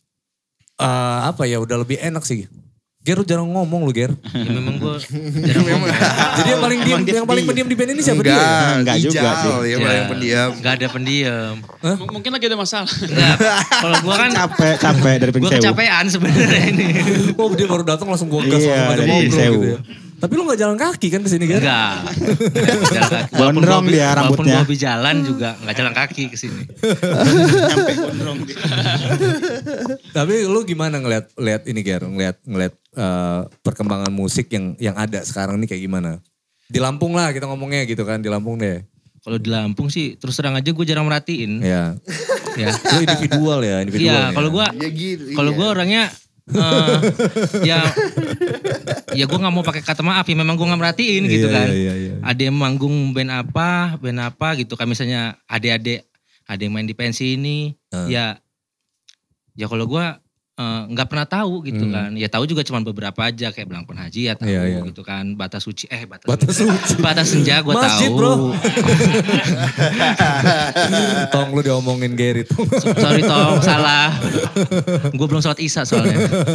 eh, apa ya udah lebih enak sih. Ger lu jarang ngomong lu Ger. Ya memang gue jarang ngomong. Jadi yang paling diem, yang paling pendiam di band ini siapa dia? Enggak, Enggak juga Ijal, sih. ya Ya, paling pendiam. Gak ada pendiam. M- Mungkin lagi ada masalah. Enggak. Kalau gue kan Capek, capek dari gue Pringsewu. kecapean sebenarnya ini. Oh dia baru datang langsung gua gas Iya, langsung aja dari ngobrol Sewu. gitu ya. Tapi lu gak jalan kaki kan kesini kan? Enggak. Jalan kaki. Walaupun Gondrong gua- dia Walaupun rambutnya. gue hobi jalan juga gak jalan kaki ke sini. Tapi lu gimana ngeliat ngeliat ini Ger, ngeliat ngeliat uh, perkembangan musik yang yang ada sekarang nih kayak gimana? Di Lampung lah kita ngomongnya gitu kan, di Lampung deh. Kalau di Lampung sih terus terang aja gue jarang merhatiin. Ya. Ya. Lu individual ya, individual. Iya, ya. kalau gue Ya gitu. kalau iya. gue orangnya uh, ya ya gue nggak mau pakai kata maaf ya, memang gue nggak merhatiin gitu Iya, kan. iya, iya, iya. Ada yang manggung band apa, band apa gitu kan, misalnya adik-adik ada yang main di pensi ini, Hmm. ya ya kalau gue eh, nggak pernah tahu gitu Hmm. kan. Ya tahu juga cuma beberapa aja kayak Belang Penhaji ya tahu Iya, iya. gitu kan. Batas Suci eh Batas, Batas Suci. Batas Senja gue Masjid, tahu. bro. Tong lu diomongin Gary Tong. Sorry Tong, salah. Gue belum sholat isya soalnya.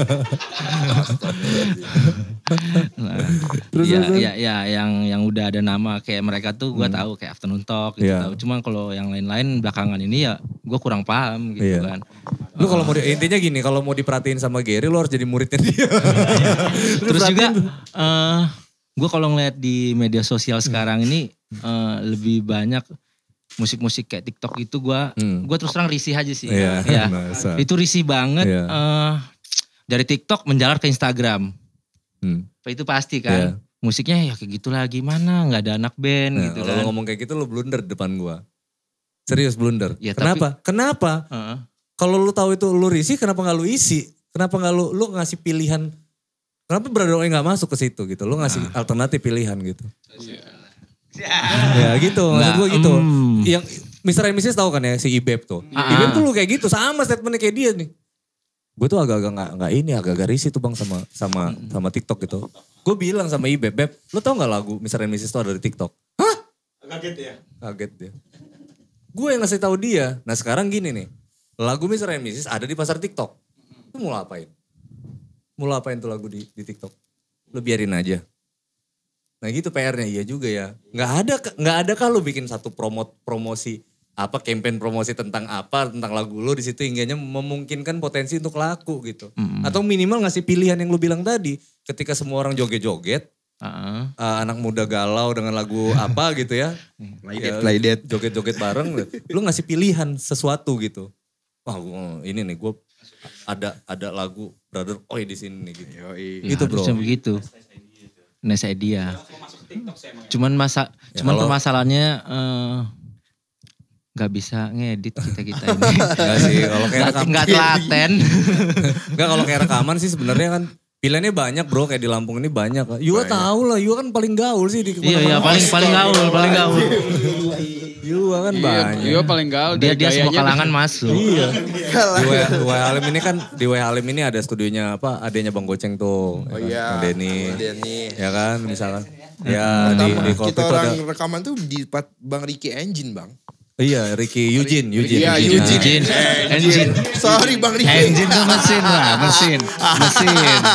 Nah, Terus, ya, terus, ya, ya, yang yang udah ada nama kayak mereka tuh gue tahu kayak Afternoon Talk gitu Iya. tahu. Cuma kalau yang lain-lain belakangan ini ya gue kurang paham gitu Iya. kan. Lu kalau mau di, intinya gini, kalau mau diperhatiin sama Gary lu harus jadi muridnya dia. Terus juga eh gue kalau ngeliat di media sosial sekarang ini eh, lebih banyak musik-musik kayak TikTok itu gue Hmm. gue terus terang risih aja sih. Iya, Ya. masa. Itu risih banget. Iya. eh, dari TikTok menjalar ke Instagram. Hmm. Itu pasti Iya. kan. Musiknya ya kayak gitu lah gimana, nggak ada anak band Nah, gitu kalau kan. lu ngomong kayak gitu lu blunder depan gua. Serius blunder. Ya, Kenapa? Kenapa? Heeh. Kalau lu tahu itu lu risih, kenapa nggak lu isi? Kenapa nggak lu lu ngasih pilihan? Kenapa Brother Oi nggak masuk ke situ gitu? Lu ngasih Nah. alternatif pilihan gitu. Ya gitu, maksud Nggak, gue gitu. hmm. Yang mister and missus tahu kan ya si Ibeb tuh. Ah. Ibeb tuh lu kayak gitu, sama statementnya kayak dia nih. Gue tuh agak-agak nggak nggak ini, agak-agak risih tuh bang sama sama sama TikTok gitu. Gue bilang sama Ibeb, Beb, lu tau nggak lagu mister and missus tuh ada di TikTok? Hah? Kaget ya? Kaget dia. Gue yang ngasih tahu dia. Nah sekarang gini nih, lagu mister and missus ada di pasar TikTok. Lu mau apain? Mau apain tuh lagu di, di TikTok? Lu biarin aja. Nah gitu P R-nya, iya juga ya. Nggak ada, nggak ada kah lu bikin satu promot promosi apa campaign promosi tentang apa tentang lagu lu di situ hingganya memungkinkan potensi untuk laku gitu. Mm-mm. Atau minimal ngasih pilihan yang lu bilang tadi. Ketika semua orang joget-joget, Heeh. uh, anak muda galau dengan lagu apa gitu ya. Ya, Play Dead. joget-joget bareng, lu ngasih pilihan sesuatu gitu. Wah, gua, ini nih gue ada ada lagu Brother Oi di sini nih gitu. Yoi. Gitu, bro. Harusnya begitu. Nice idea. Cuman masa, Ya, cuman kalau- permasalahannya eh, nggak bisa ngedit kita kita ini. Enggak sih, kalau kayak Nggak rekaman. nggak telaten. Enggak kalau kayak rekaman sih sebenarnya kan pilihannya banyak bro, kayak di Lampung ini banyak. Yua tahu lah, Yua kan paling gaul sih di Iya iya paling paling gaul paling gaul. Yua kan Iya, banyak. iya paling gaul. Dia dari dia semua gayanya kalangan masuk. Iya. Di W W Halim ini kan di W Halim ini ada studionya apa? Adanya Bang Goceng tuh. Oh ya kan? iya. Bang Denny. Denny. Ya kan misalkan. Ya di Pertama di Kopi kita tuh ada. orang rekaman tuh di tempat Bang Ricky Engine bang. Iya, Ricky Eugene, Eugene. Iya, Eugene. Eugene. Engine, engine, Sorry Bang Ricky. engine tuh mesin lah, mesin, mesin.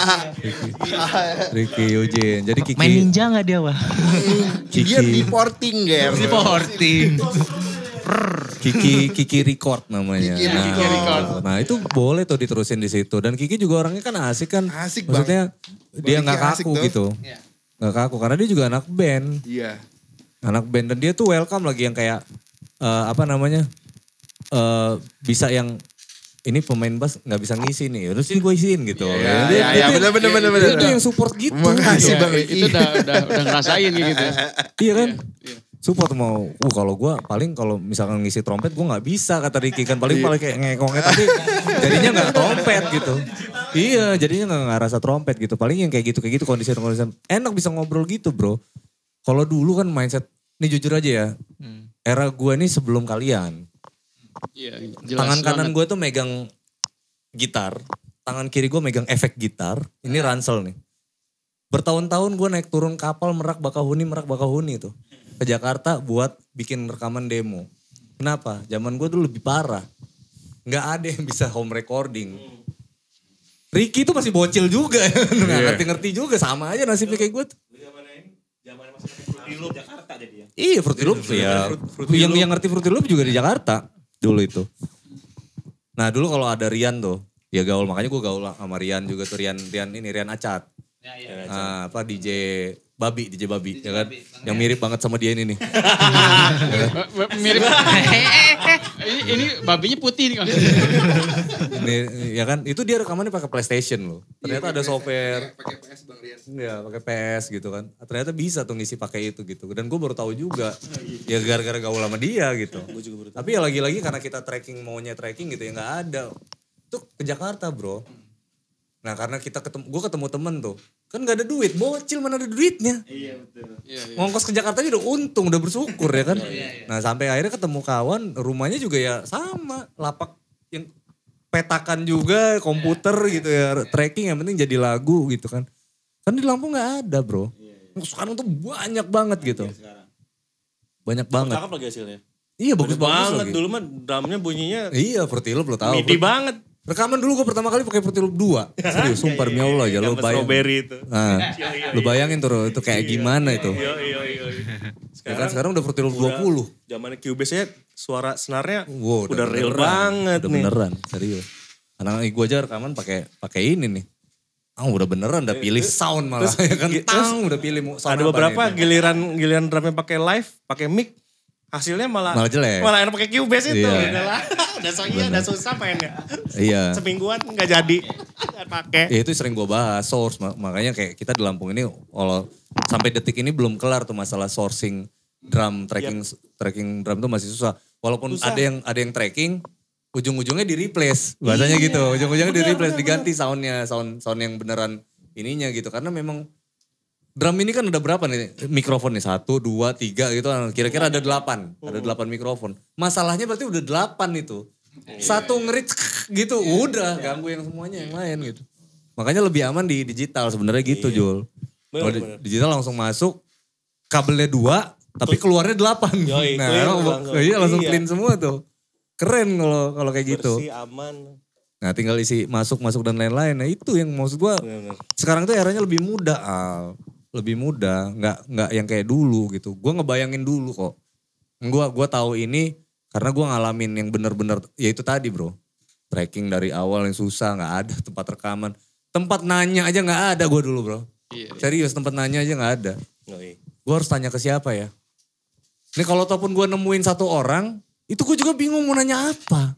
Ricky Eugene. Jadi Kiki. Main ninja nggak dia wah? Dia di porting Ger. Reporting. Kiki Kiki Record namanya. Kiki nah, Record. Nah itu boleh tuh diterusin di situ. Dan Kiki juga orangnya kan asik kan. Asik, Bang. Maksudnya dia Kiki nggak asik kaku tuh. gitu. Nggak kaku karena dia juga anak band. Iya. Anak band dan dia tuh welcome lagi yang kayak eh, apa namanya eh bisa yang ini pemain bass nggak bisa ngisi nih, terus ini gue isiin gitu. Iya, Dia- iya, dia- iya, dia- bener, bener, bener, dia bener. tuh yang support gitu. Makasih gitu. Bang Iya, Ricky. itu udah, udah, udah ngerasain kayak gitu. Iya kan? Iya. Support mau, uh kalau gue paling kalau misalkan ngisi trompet gue nggak bisa kata Ricky kan Iya. paling paling kayak ngekongnya tapi jadinya nggak trompet gitu. Iya jadinya nggak ngerasa trompet gitu. Paling yang kayak gitu kayak gitu kondisi-kondisi enak bisa ngobrol gitu bro. Kalau dulu kan mindset, ini jujur aja ya, Hmm. era gue nih sebelum kalian. Iya, jelas Tangan kanan banget. gue tuh megang gitar, tangan kiri gue megang efek gitar. Ini ransel nih. Bertahun-tahun gue naik turun kapal Merak Bakahuni, Merak Bakahuni tuh. Ke Jakarta buat bikin rekaman demo. Kenapa? Zaman gue dulu lebih parah. Nggak ada yang bisa home recording. Ricky tuh masih bocil juga. Nggak ngerti-ngerti juga. Sama aja nasibnya kayak gue tuh. Jakarta jadi ya. Iya Fruity Loop ya. Yang yang ngerti Fruity Loop juga di Jakarta dulu itu. Nah dulu kalau ada Rian tuh, ya gaul makanya gue gaul sama Rian juga tuh Rian Rian ini Rian Acat. Nah, apa D J Babi, D J Babi ya kan. Yang mirip banget sama dia ini nih. Mirip. ini, ini babinya putih nih kan. Ini ya kan, itu dia rekamannya pakai PlayStation loh. Ternyata ada software. Pakai P S Bang Rian. Iya, pakai P S gitu kan. Ternyata bisa tuh ngisi pakai itu gitu. Dan gue baru tahu juga. Ya gara-gara gaul sama dia gitu. Tapi ya lagi-lagi karena kita tracking maunya tracking gitu ya nggak ada. Itu ke Jakarta bro. Nah karena kita ketemu, gue ketemu temen tuh. Kan gak ada duit, bocil mana ada duitnya. Iya betul. Ngongkos ke Jakarta aja udah untung, udah bersyukur ya kan. Nah sampai akhirnya ketemu kawan, rumahnya juga ya sama. Lapak yang petakan juga, komputer gitu ya. Tracking yang penting jadi lagu gitu kan. Kan di Lampung gak ada bro. Sekarang tuh banyak banget gitu. Banyak banget. Cakep lagi hasilnya. Iya bagus-bagus banget. lagi. Dulu mah drumnya bunyinya Iya Fruity Loop lo tau. midi banget. Rekaman dulu gue pertama kali pakai Fruity Loop dua. Serius, sumpah demi Allah aja lo Gambar bayang. strawberry itu. Nah, lo bayangin tuh itu kayak gimana itu. Iya iya iya. Ya kan sekarang udah Fruity Loop dua puluh. Zamannya Cubase-nya suara senarnya Wow, udah, real beneran. banget Udah nih. beneran, serius. Anak gue aja rekaman pakai pakai ini nih. Ah udah beneran, udah pilih sound malah. Ya kan, gi- tang udah pilih mu- sound Ada apa beberapa nih. giliran giliran drumnya pakai live, pakai mic, hasilnya malah Malah jelek. Malah enak pakai Cubase itu. Iya. Udah lah, udah so iya, udah susah mainnya. Iya. Semingguan nggak jadi, nggak pakai. Ya itu sering gue bahas, source. Ma- Makanya kayak kita di Lampung ini, kalau sampai detik ini belum kelar tuh masalah sourcing drum, tracking tracking drum tuh masih susah. Walaupun Susah. ada yang ada yang tracking, ujung-ujungnya di replace. Bahasanya gitu, ujung-ujungnya di replace, diganti soundnya, sound sound yang beneran ininya gitu. Karena memang drum ini kan ada berapa nih mikrofon nih, satu, dua, tiga gitu. Kira-kira ada delapan, ada delapan mikrofon. Masalahnya berarti udah delapan itu. Satu ngerit gitu, udah ganggu yang semuanya yang lain gitu. Makanya lebih aman di digital sebenarnya gitu Jul. Kalau di- digital langsung masuk, kabelnya dua, tapi keluarnya delapan. Yoi, Nah, clear emang- langsung. iya langsung Iya. clean semua tuh. Keren kalau kalau kayak gitu. Bersih, aman. Nah tinggal isi masuk-masuk dan lain-lain. Nah itu yang maksud gua Bener-bener. sekarang tuh eranya lebih mudah Al. Lebih mudah, nggak nggak yang kayak dulu gitu. Gua ngebayangin dulu kok. Gua gua tahu ini karena gua ngalamin yang bener-bener, ya itu tadi bro. Tracking dari awal yang susah, nggak ada tempat rekaman. Tempat nanya aja nggak ada gua dulu bro. Iya. Serius tempat nanya aja nggak ada. Yoi. Gua harus tanya ke siapa ya. Ini kalau ataupun gua nemuin satu orang, itu gue juga bingung mau nanya apa.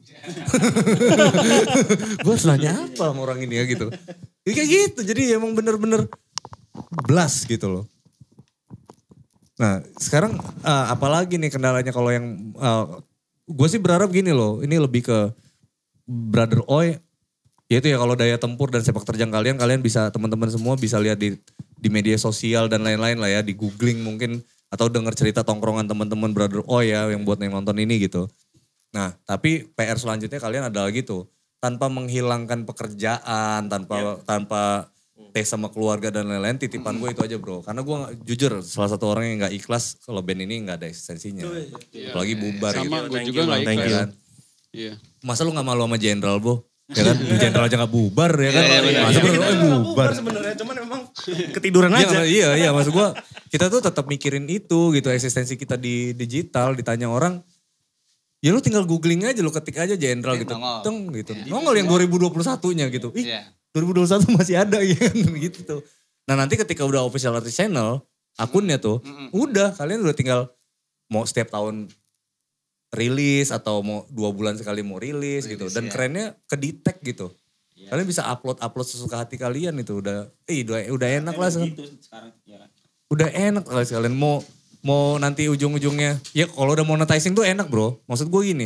Gue harus nanya apa sama orang ini ya gitu. Ya kayak gitu, jadi emang bener-bener blast gitu loh. Nah sekarang uh, apalagi nih kendalanya kalau yang, uh, gue sih berharap gini loh, ini lebih ke Brother Oi. Yaitu ya kalau daya tempur dan sepak terjang kalian, kalian bisa, teman-teman semua bisa lihat di di media sosial dan lain-lain lah ya, di googling mungkin. Atau dengar cerita tongkrongan teman-teman Brother Oi ya yang buat yang nonton ini gitu. Nah tapi P R selanjutnya kalian adalah gitu. Tanpa menghilangkan pekerjaan, tanpa tanpa teh sama keluarga dan lain-lain, titipan gue itu aja bro. Karena gue gak- jujur salah satu orang yang gak ikhlas kalau band ini gak ada eksistensinya. Apalagi bubar Sama gitu. gue Thank juga you, gak Bang. Thank ikhlas. you. Kan? Iya. Masa lu gak malu sama Jenderal Bo? Ya kan, Jenderal aja gak bubar ya kan. Masa Kita Brother Oi nggak bubar. sebenarnya, cuman memang ketiduran Iya, aja. iya, iya, maksud gue kita tuh tetap mikirin itu gitu, eksistensi kita di digital, ditanya orang, ya lu tinggal googling aja, lu ketik aja Jenderal gitu, nongol. teng gitu. Nongol yang dua ribu dua puluh satunya gitu, ih Iya. dua ribu dua puluh satu masih ada ya kan gitu tuh. Nah nanti ketika udah official artist channel, akunnya tuh, udah kalian udah tinggal mau setiap tahun rilis atau mau dua bulan sekali mau rilis, gitu. Dan kerennya ke-detect gitu. Kalian bisa upload-upload sesuka hati kalian itu udah, eh udah, udah enak lah sekarang. Gitu sekarang. Ya. Udah enak lah sekalian mau mau nanti ujung-ujungnya ya kalau udah monetizing tuh enak bro. Maksud gue gini,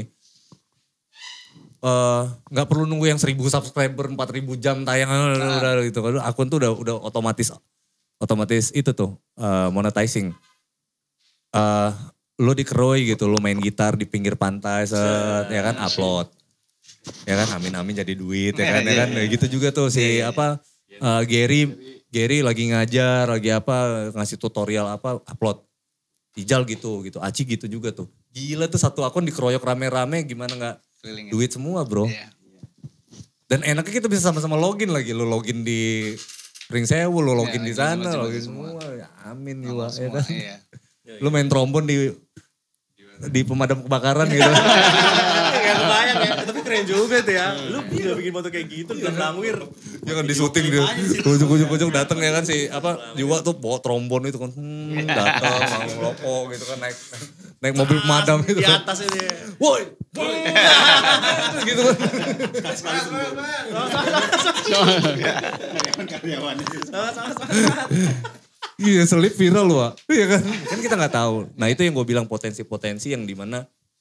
eh nggak perlu nunggu yang seribu subscriber, empat ribu jam tayang udah gitu. Kalau akun tuh udah udah otomatis otomatis itu tuh eh, monetizing. Eh lo di Keroy gitu, lo main gitar di pinggir pantai, set, ya kan upload. Ya kan amin amin jadi duit ya kan, ya kan gitu juga tuh si apa eh, Gary Gary lagi ngajar, lagi apa ngasih tutorial apa upload. Ijal gitu gitu, Aci gitu juga tuh. Gila tuh satu akun dikeroyok rame-rame gimana nggak Keliling. duit semua bro. Iya. Dan enaknya kita bisa sama-sama login lagi. Lo login di Ring Sewu, lo login Iya, di login sana, semua, login semua. semua. Ya, amin Nongol juga ya semua, kan. iya. Lo main trombon di di pemadam kebakaran gitu. Gak kebayang ya. Tapi keren juga tuh ya. Lu gila bikin foto kayak gitu di Langwir. Ya kan di syuting dia. Ujung-ujung datang ya kan si apa Jiwa tuh bawa trombon itu kan. Hmm, datang manggung loko gitu kan naik naik mobil pemadam gitu. Di atas ini. Woi. Gitu kan. Iya selip viral loh. Iya kan. Kan kita gak tahu. Nah itu yang gue bilang potensi-potensi yang dimana.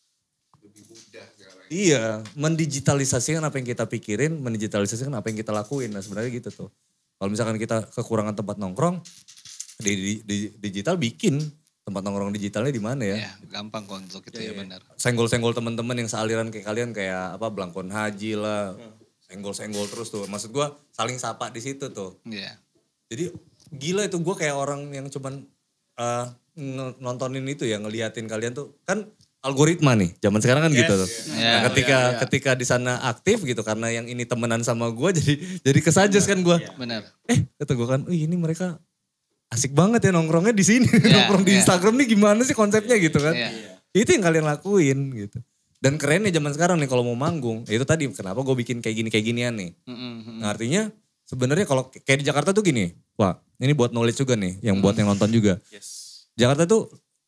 Iya, mendigitalisasikan apa yang kita pikirin, mendigitalisasikan apa yang kita lakuin. Nah sebenarnya gitu tuh. Kalau misalkan kita kekurangan tempat nongkrong, di, di, di digital bikin tempat nongkrong digitalnya di mana ya? Ya, gampang kok untuk itu ya benar. Senggol-senggol teman-teman yang sealiran kayak kalian kayak apa Blangkon Haji lah, senggol-senggol terus tuh. Maksud gue saling sapa di situ tuh. Iya. Jadi gila itu gue kayak orang yang cuman uh, nontonin itu ya ngeliatin kalian tuh kan. Algoritma nih, zaman sekarang kan yes. gitu tuh. Yeah. Nah, ketika yeah, yeah. ketika di sana aktif gitu karena yang ini temenan sama gue jadi jadi kesajes kan gue. Benar. Eh kata gue kan, oh ini mereka asik banget ya nongkrongnya di sini, Yeah, nongkrong di yeah. Instagram nih gimana sih konsepnya gitu kan? Yeah. Itu yang kalian lakuin gitu. Dan kerennya zaman sekarang nih kalau mau manggung, itu tadi kenapa gue bikin kayak gini kayak ginian nih. Mm-hmm. Nah, artinya sebenarnya kalau kayak di Jakarta tuh gini, wah ini buat knowledge juga nih, yang buat yang nonton juga. Yes. Jakarta tuh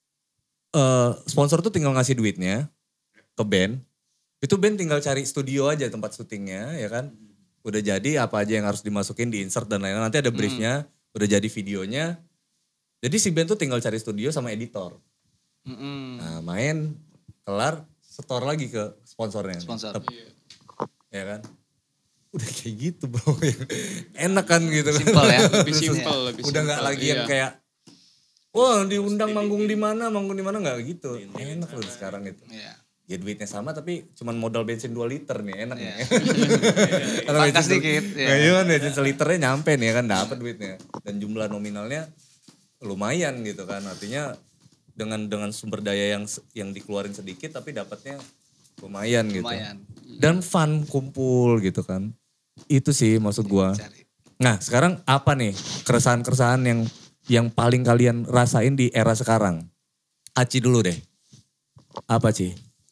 uh, sponsor tuh tinggal ngasih duitnya ke band, itu band tinggal cari studio aja tempat syutingnya ya kan. Udah jadi apa aja yang harus dimasukin di insert dan lain-lain. Nanti ada briefnya, hmm. udah jadi videonya. Jadi si band tuh tinggal cari studio sama editor. Hmm. Nah main, kelar, setor lagi ke sponsornya. Sponsor. Tetep, ya kan. Udah kayak gitu bro. Enak kan gitu kan. Simpel ya. Lebih simpel, lebih Udah gak simpel, lagi iya. yang kayak, wah diundang manggung di mana, manggung di mana nggak gitu. Enak loh sekarang itu. Iya. Ya duitnya sama tapi cuman modal bensin dua liter nih, enak Iya. nih. Pangkas dikit. Ya iya kan bensin seliternya nyampe nih ya kan dapat duitnya. Dan jumlah nominalnya lumayan gitu kan. Artinya dengan dengan sumber daya yang yang dikeluarin sedikit tapi dapatnya lumayan gitu. Lumayan. Dan fun kumpul gitu kan. Itu sih maksud gua. Cari. Nah, sekarang apa nih keresahan-keresahan yang yang paling kalian rasain di era sekarang? Aci dulu deh. Apa Ci?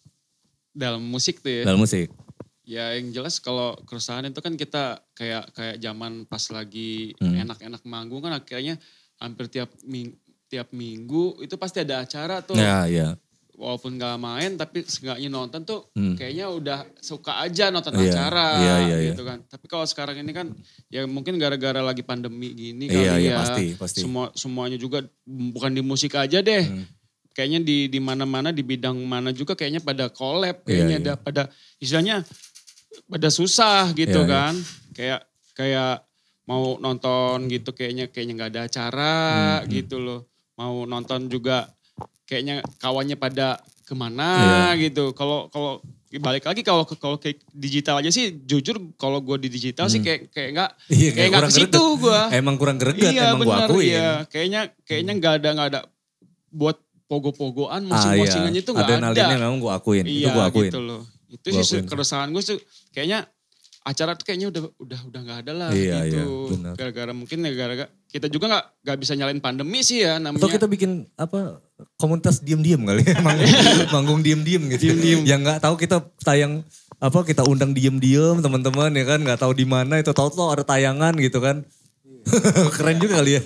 Dalam musik tuh ya. Dalam musik. Ya yang jelas kalau keresahan itu kan kita kayak kayak zaman pas lagi Hmm. enak-enak manggung kan akhirnya hampir tiap ming, tiap minggu itu pasti ada acara tuh. Ya, ya. Walaupun gak main tapi seenggaknya nonton tuh Hmm. kayaknya udah suka aja nonton Iya, acara iya, iya, iya. gitu kan. Tapi kalau sekarang ini kan ya mungkin gara-gara lagi pandemi gini Iya, kali iya, ya. pasti, pasti. Semua semuanya juga bukan di musik aja deh. Hmm. Kayaknya di di mana-mana di bidang mana juga kayaknya pada collab, Iya, kayaknya iya. ada pada istilahnya pada susah gitu Iya, iya. kan. Kayak kayak mau nonton gitu kayaknya kayaknya nggak ada acara Hmm, gitu loh. Mau nonton juga kayaknya kawannya pada kemana Iya. gitu. Kalau kalau balik lagi kalau kalau kayak digital aja sih jujur kalau gue di digital sih kayak kayak nggak Iya, kayak nggak kurang ke situ greget. gue. Emang kurang greget, Iya emang gua benar akuin. iya. Kayaknya kayaknya nggak ada nggak ada buat pogo-pogoan Ah, musik-musingannya iya. itu nggak ada. Adrenalinnya memang gue akuin. Iya itu gue akuin. gitu loh. Itu Gua sih akuin. keresahan gue tuh kayaknya acara tuh kayaknya udah udah udah nggak ada lah Iya, gitu. iya, benar. Gara-gara mungkin ya gara-gara kita juga nggak nggak bisa nyalain pandemi sih ya namanya. Atau kita bikin apa komunitas diem-diem kali ya. Manggung, manggung diem-diem gitu. Yang gak tahu kita tayang apa kita undang diem-diem teman-teman ya kan. Gak tahu di mana itu tahu-tahu ada tayangan gitu kan. Keren juga kali ya.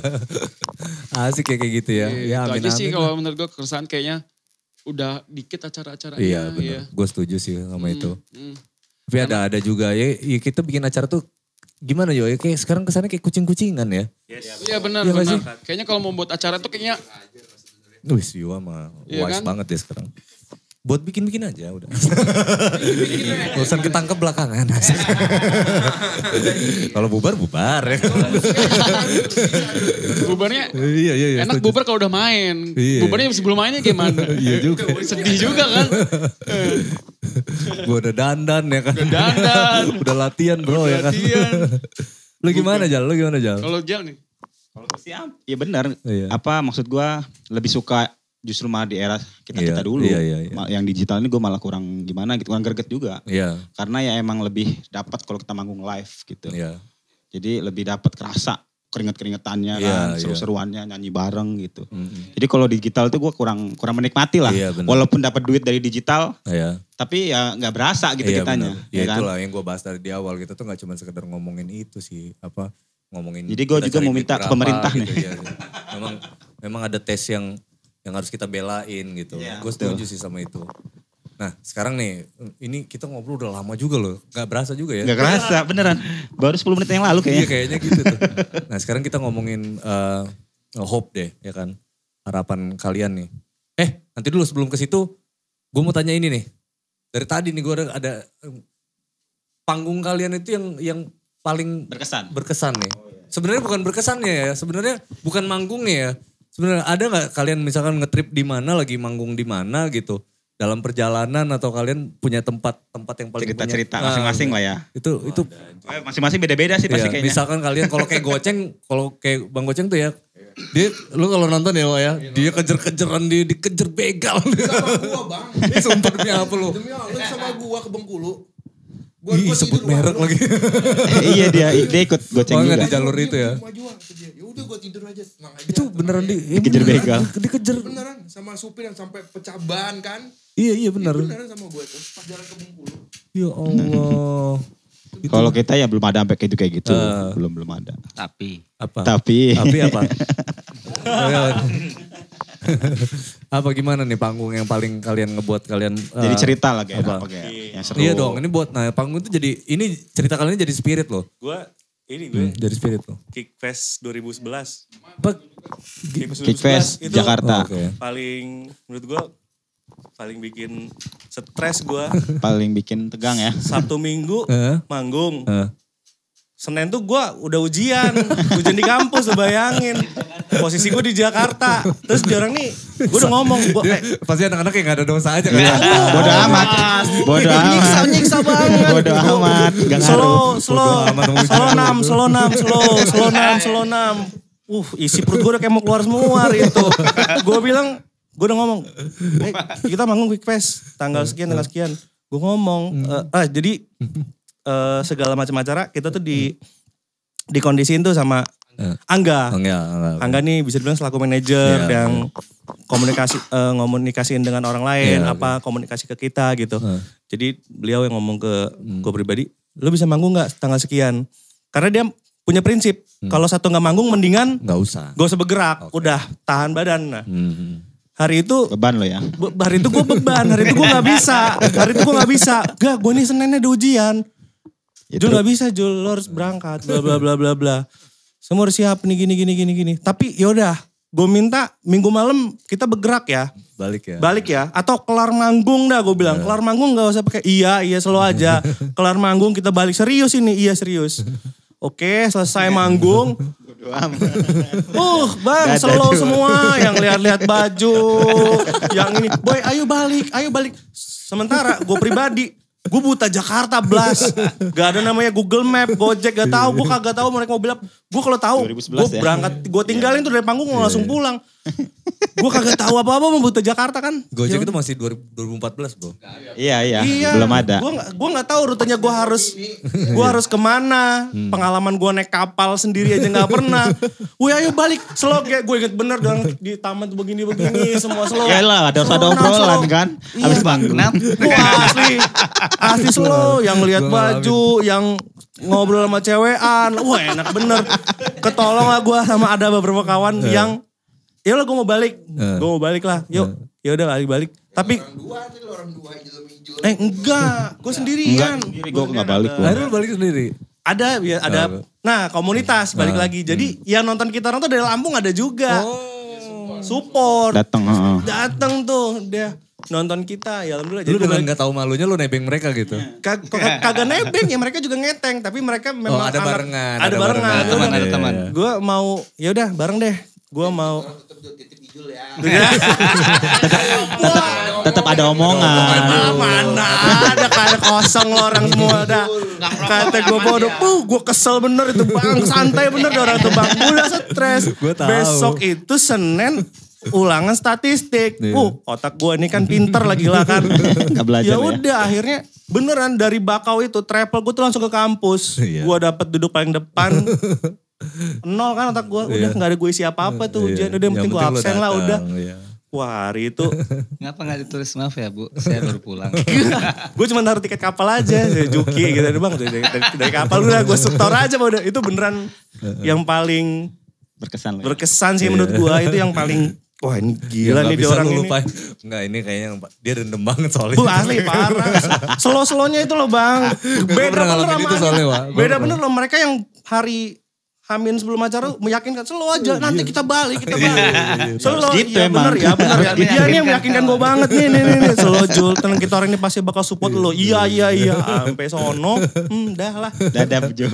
Asik ya kayak gitu ya. Iya, Ya itu amin aja sih amin kalau lah. menurut gue keresahan kayaknya udah dikit acara-acaranya. Iya benar. Gue setuju sih sama itu. Hmm. Tapi ada ada juga ya, ya kita bikin acara tuh gimana yo ya kayak sekarang kesannya kayak kucing-kucingan ya. Iya benar Iya nggak benar. sih? Kayaknya kalau mau buat acara tuh kayaknya Wih Yua mah Iya wise kan? banget ya sekarang. Buat bikin-bikin aja udah. Urusan ketangkep belakangan. Kalau bubar bubar ya. bubarnya Iya iya iya. enak setuju. bubar kalau udah main. Iya. Bubarnya sebelum mainnya gimana? Iya juga. Sedih juga kan. Gue udah dandan ya kan. Udah dandan. Udah latihan bro ya kan. Latihan. Lu gimana Jal? Lu gimana Jal? Kalau Jal nih. Kalau pasti ya benar. Iya. Apa maksud gua lebih suka justru malah di era kita-kita Iya, dulu. iya, iya, iya. Ma- Yang digital ini gue malah kurang gimana gitu, kurang greget juga. Iya. Karena ya emang lebih dapat kalau kita manggung live gitu. Iya. Jadi lebih dapat kerasa keringet-keringetannya Iya, kan, iya. seru-seruannya, nyanyi bareng gitu. Jadi kalau digital tuh gue kurang kurang menikmati lah. Iya, bener. Walaupun dapat duit dari digital, Iya. tapi ya nggak berasa gitu Iya, kitanya. bener. Ya, Ya kan? itulah yang gue bahas dari di awal, kita tuh gak cuma sekedar ngomongin itu sih, apa ngomongin. Jadi gua kita juga cari mau duit minta ke berapa pemerintah gitu, nih. ya. Memang memang ada tes yang yang harus kita belain gitu. Iya, Gue setuju sih sama itu. Nah sekarang nih, ini kita ngobrol udah lama juga loh, gak berasa juga ya. Gak kerasa beneran. Baru sepuluh menit yang lalu Iya kayaknya. kayaknya gitu tuh. Nah sekarang kita ngomongin eh, hope deh ya kan. Harapan kalian nih. Eh nanti dulu sebelum ke situ, gue mau tanya ini nih. Dari tadi nih gue ada, ada eh, panggung kalian itu yang yang paling Berkesan. berkesan nih. Sebenarnya bukan berkesannya ya, sebenarnya bukan manggungnya ya. Sebenarnya ada nggak kalian misalkan ngetrip di mana, lagi manggung di mana gitu, dalam perjalanan atau kalian punya tempat-tempat yang paling Cerita-cerita punya- masing-masing Nah, lah ya. Itu itu Eh, Masing-masing beda-beda sih pasti iya, kayaknya. misalkan kalian kalau kayak Goceng, kalau kayak Bang Goceng tuh ya, dia lu kalau nonton ya Wak ya, dia kejer-kejeran, dia dikejer begal. Sama gua bang. Ini sumpah demi apa lu? Demi Allah sama gua ke Bengkulu. Gua, Ih, gua sebut tidur, merek Bang. lagi. Iya dia, dia ikut goceng Oh, nggak juga. di jalur itu ya. Maju kata dia. Ya udah gua tidur aja, tenang aja. Itu beneran di iya, Dikejer beneran, begal. di- Dikejer. Beneran sama supir yang sampai pecah ban kan. Iya iya bener. Beneran sama gua tuh pas jalan ke Bengkulu. Ya Allah. Kalau kita ya belum ada sampai kayak gitu kayak gitu. Eh. belum belum ada. Tapi Apa? Tapi Tapi apa? Apa gimana nih panggung yang paling kalian ngebuat kalian jadi eh, cerita lah kayak apa? apa kayak yang seru. Iya dong, ini buat nah panggung itu jadi ini cerita kalian jadi spirit loh. Gue ini gue Hmm, jadi spirit loh. Kickfest dua ribu sebelas. Apa? Kickfest Kickfest itu Jakarta. Oh, oke. paling menurut gue paling bikin stres gue. Paling bikin tegang ya. Sabtu Minggu Eh? manggung. Eh. Senin tuh gue udah ujian, ujian di kampus, lu bayangin. Posisi gue di Jakarta. Terus jarang nih, gue udah ngomong. Gua, Dia, eh, pasti anak-anak yang gak ada dosa aja kan. Iya. Bodo amat. Bodo amat. nyiksa-nyiksa banget. Bodo amat. Gak ngaruh. Slow, slow, Bodo amat, mau ujian. slow enam, slow enam, slow, slow enam, slow enam. Uh, isi perut gue udah kayak mau keluar semua itu. Gue bilang, gue udah ngomong, eh, kita manggung Kickfest, tanggal sekian, tanggal sekian. Gue ngomong, eh, ah jadi eh, segala macam acara kita tuh di dikondisiin tuh sama Eh. Angga. Oh, enggak, enggak. Angga nih bisa dibilang selaku manajer Iya, yang komunikasi eh, ngomunikasiin dengan orang lain, Iya, apa komunikasi ke kita gitu. Hmm. Jadi beliau yang ngomong ke gue pribadi, lu bisa manggung nggak tanggal sekian? Karena dia punya prinsip, kalau satu nggak manggung mendingan Enggak usah. gak usah bergerak, udah tahan badan. Nah, Hmm. hari itu Beban lo ya. be- hari itu gue beban, hari itu gue nggak bisa, hari itu gue nggak bisa. Gak, gue nih Seninnya ada ujian. Jul nggak bisa, Jul, lo harus berangkat, bla bla bla bla bla. Semua harus siap nih gini gini gini gini. Tapi yaudah, gue minta minggu malam kita bergerak ya, Balik ya. balik ya. Atau kelar manggung dah, gue bilang. Kelar manggung nggak usah pakai iya iya slow aja. Kelar manggung kita balik serius ini, iya serius. Oke, selesai manggung. Uh, bang, Gak ada slow tuh. semua yang lihat-lihat baju, yang ini, boy, ayo balik, ayo balik. Sementara gue pribadi, gue buta Jakarta blas, gak ada namanya Google Map, Gojek, gak tahu, gue kagak tahu mereka mobil apa. Gue kalau tahu, dua ribu sebelas gue ya? berangkat, gue tinggalin tuh dari panggung, gue langsung pulang. Gue kagak tahu apa-apa mau buta Jakarta kan. Gojek Ya itu masih dua ribu empat belas bro. Iya iya. Iya, Belum ada. Gue gak, gue gak tahu rutenya gue harus, gue harus kemana. Hmm. Pengalaman gue naik kapal sendiri aja gak pernah. Wih ayo balik, slow kayak gue inget bener dong di taman tuh begini-begini semua slow. Ya lah, ada- Slow, ada nah, obrolan slow. kan. Iya. Habis manggung. Wah asli, asli slow. Yang lihat baju, yang ngobrol sama cewekan. Wah enak bener. Ketolong lah gue sama ada beberapa kawan yang, ya lah gue mau balik, gue mau balik lah. Yuk, ya udah balik-balik. Tapi Orang dua aja lo orang dua hijau hijau. Eh enggak, gue sendirian. Enggak, gue gak balik gue. Akhirnya lu balik sendiri. Ada, ya, ada. Nah komunitas balik lagi. Jadi yang nonton kita nonton dari Lampung ada juga. Support. Datang. heeh. Datang tuh dia nonton kita. Ya alhamdulillah. Lu Jadi dengan gua- gak tahu malunya lu nebeng mereka gitu. kag- kag- kagak nebeng ya, mereka juga ngeteng. Tapi mereka memang Oh ada anak- barengan. Ada barengan. Ada teman, ada teman. Gue mau, ya udah bareng deh. Gue mau. Tetep titip hijau ya. Tetap ada omongan. Ah, mana ada kayak kosong lo orang semua ada. Kata gue bodoh, puh gue kesel bener itu bang, santai bener deh orang tuh bang. Udah stres. Gua tahu. Besok itu Senin ulangan statistik. Iya. Uh, otak gue ini kan pinter lagi lah kan. Gak belajar Ya ya. udah akhirnya beneran dari Bakau itu travel gue tuh langsung ke kampus. Iya. Gue dapet duduk paling depan. nol kan otak gue. Udah gak ada gue isi apa-apa tuh ujian. Udah yang penting gue absen lah udah. Iya. Wah hari itu. Ngapa gak ditulis maaf ya Bu, saya baru pulang. Gue cuma taruh tiket kapal aja. Saya Juki gitu. Bang dari, dari, dari kapal udah gue setor aja. Udah. Itu beneran yang paling Berkesan. loh. berkesan sih menurut gue. Itu yang paling, wah ini gila Ya, nih dia bisa orang lu ini. lupain. Enggak ini kayaknya dia rendem banget soalnya. Bu asli parah. Slow-slownya itu loh bang. Beda pernah bener ngalamin sama itu soalnya, Wak. Gua Beda pernah. bener loh mereka yang hari Hamin sebelum acara meyakinkan slow aja nanti kita balik kita balik. Slow Gitu ya emang. bener ya bener ya. Harus Dia nih yang meyakinkan meyakinkan gue banget nih nih nih. nih. Slow Jul tenang kita orang ini pasti bakal support lo. Iya iya iya sampai sono. Hmm dah lah. Dadah Jul.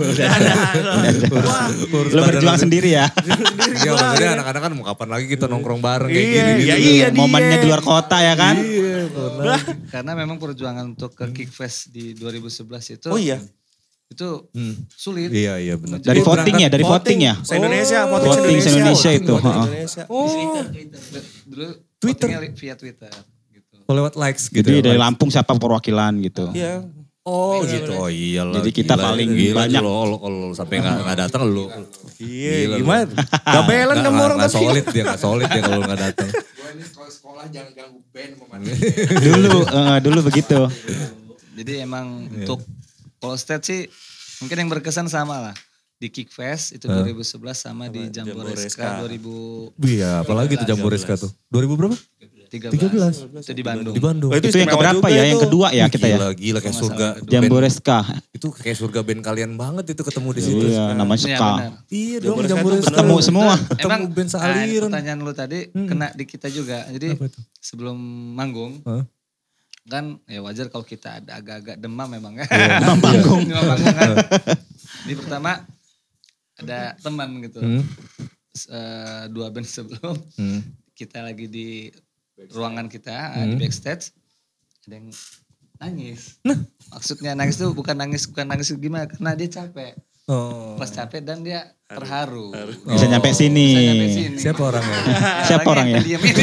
Wah. Lo berjuang sendiri ya. Iya maksudnya anak-anak kan mau kapan lagi kita nongkrong bareng kayak Iya, gini. iya, gitu. iya. dia. Momennya di luar kota ya kan. Udah. Karena memang perjuangan untuk ke Kickfest di dua ribu sebelas itu. Oh iya. Itu Hmm. sulit. Iya iya benar. Dari voting ya, dari voting ya. Se-Indonesia, voting Voting se-Indonesia itu, Voting heeh. se-Indonesia. Dulu Twitter. votingnya li- via Twitter. Gitu. Oh, lewat likes gitu. Jadi ya, dari likes. Lampung siapa perwakilan gitu. Iya. Oh gitu. Oh iyalah. Jadi kita Gila, paling gila, banyak. Lo, lo, lo, lo sampai nggak nggak datang lo. Iya Gila, gimana? Gak belan Nggak- kamu nggak- orang nggak tapi. solid dia nggak solid dia kalau nggak datang. Gue ini kalau sekolah jangan ganggu band sama mandi. Dulu, eh, dulu begitu. Jadi emang untuk kalau stage sih mungkin yang berkesan sama lah. Di Kickfest itu dua ribu sebelas sama di Jamboreska dua ribu Iya, apalagi tuh Jamboreska tuh. dua ribu berapa? tiga tiga belas. belas. Itu di Bandung. Di Bandung. Oh, Itu yang istimewa keberapa juga ya? itu. Yang kedua ya kita ya. Gila, gila kayak Kalau surga. nggak salah, Jamboreska. Band- Itu kayak surga band kalian banget itu ketemu di situ. Iya, namanya Iya, Ska. benar. Iya dong Jamboreska Jamboreska. itu Ketemu semua. Ketemu Emang band nah, sealiran. pertanyaan lu tadi kena di kita juga. Jadi Apa itu? sebelum manggung Hah? kan ya wajar kalau kita ada agak-agak demam memang ya. Demam panggung. Demam panggung kan. Di pertama ada teman gitu. Hmm. S- eh, dua band sebelum Hmm. kita lagi di ruangan kita eh, di backstage ada yang nangis. Maksudnya nangis tuh bukan nangis bukan nangis gimana karena dia capek. Oh. Pas capek dan dia terharu. Bisa nyampe sini. Bisa nyampe sini. Siapa orangnya? Siapa orangnya? Yang diam ini.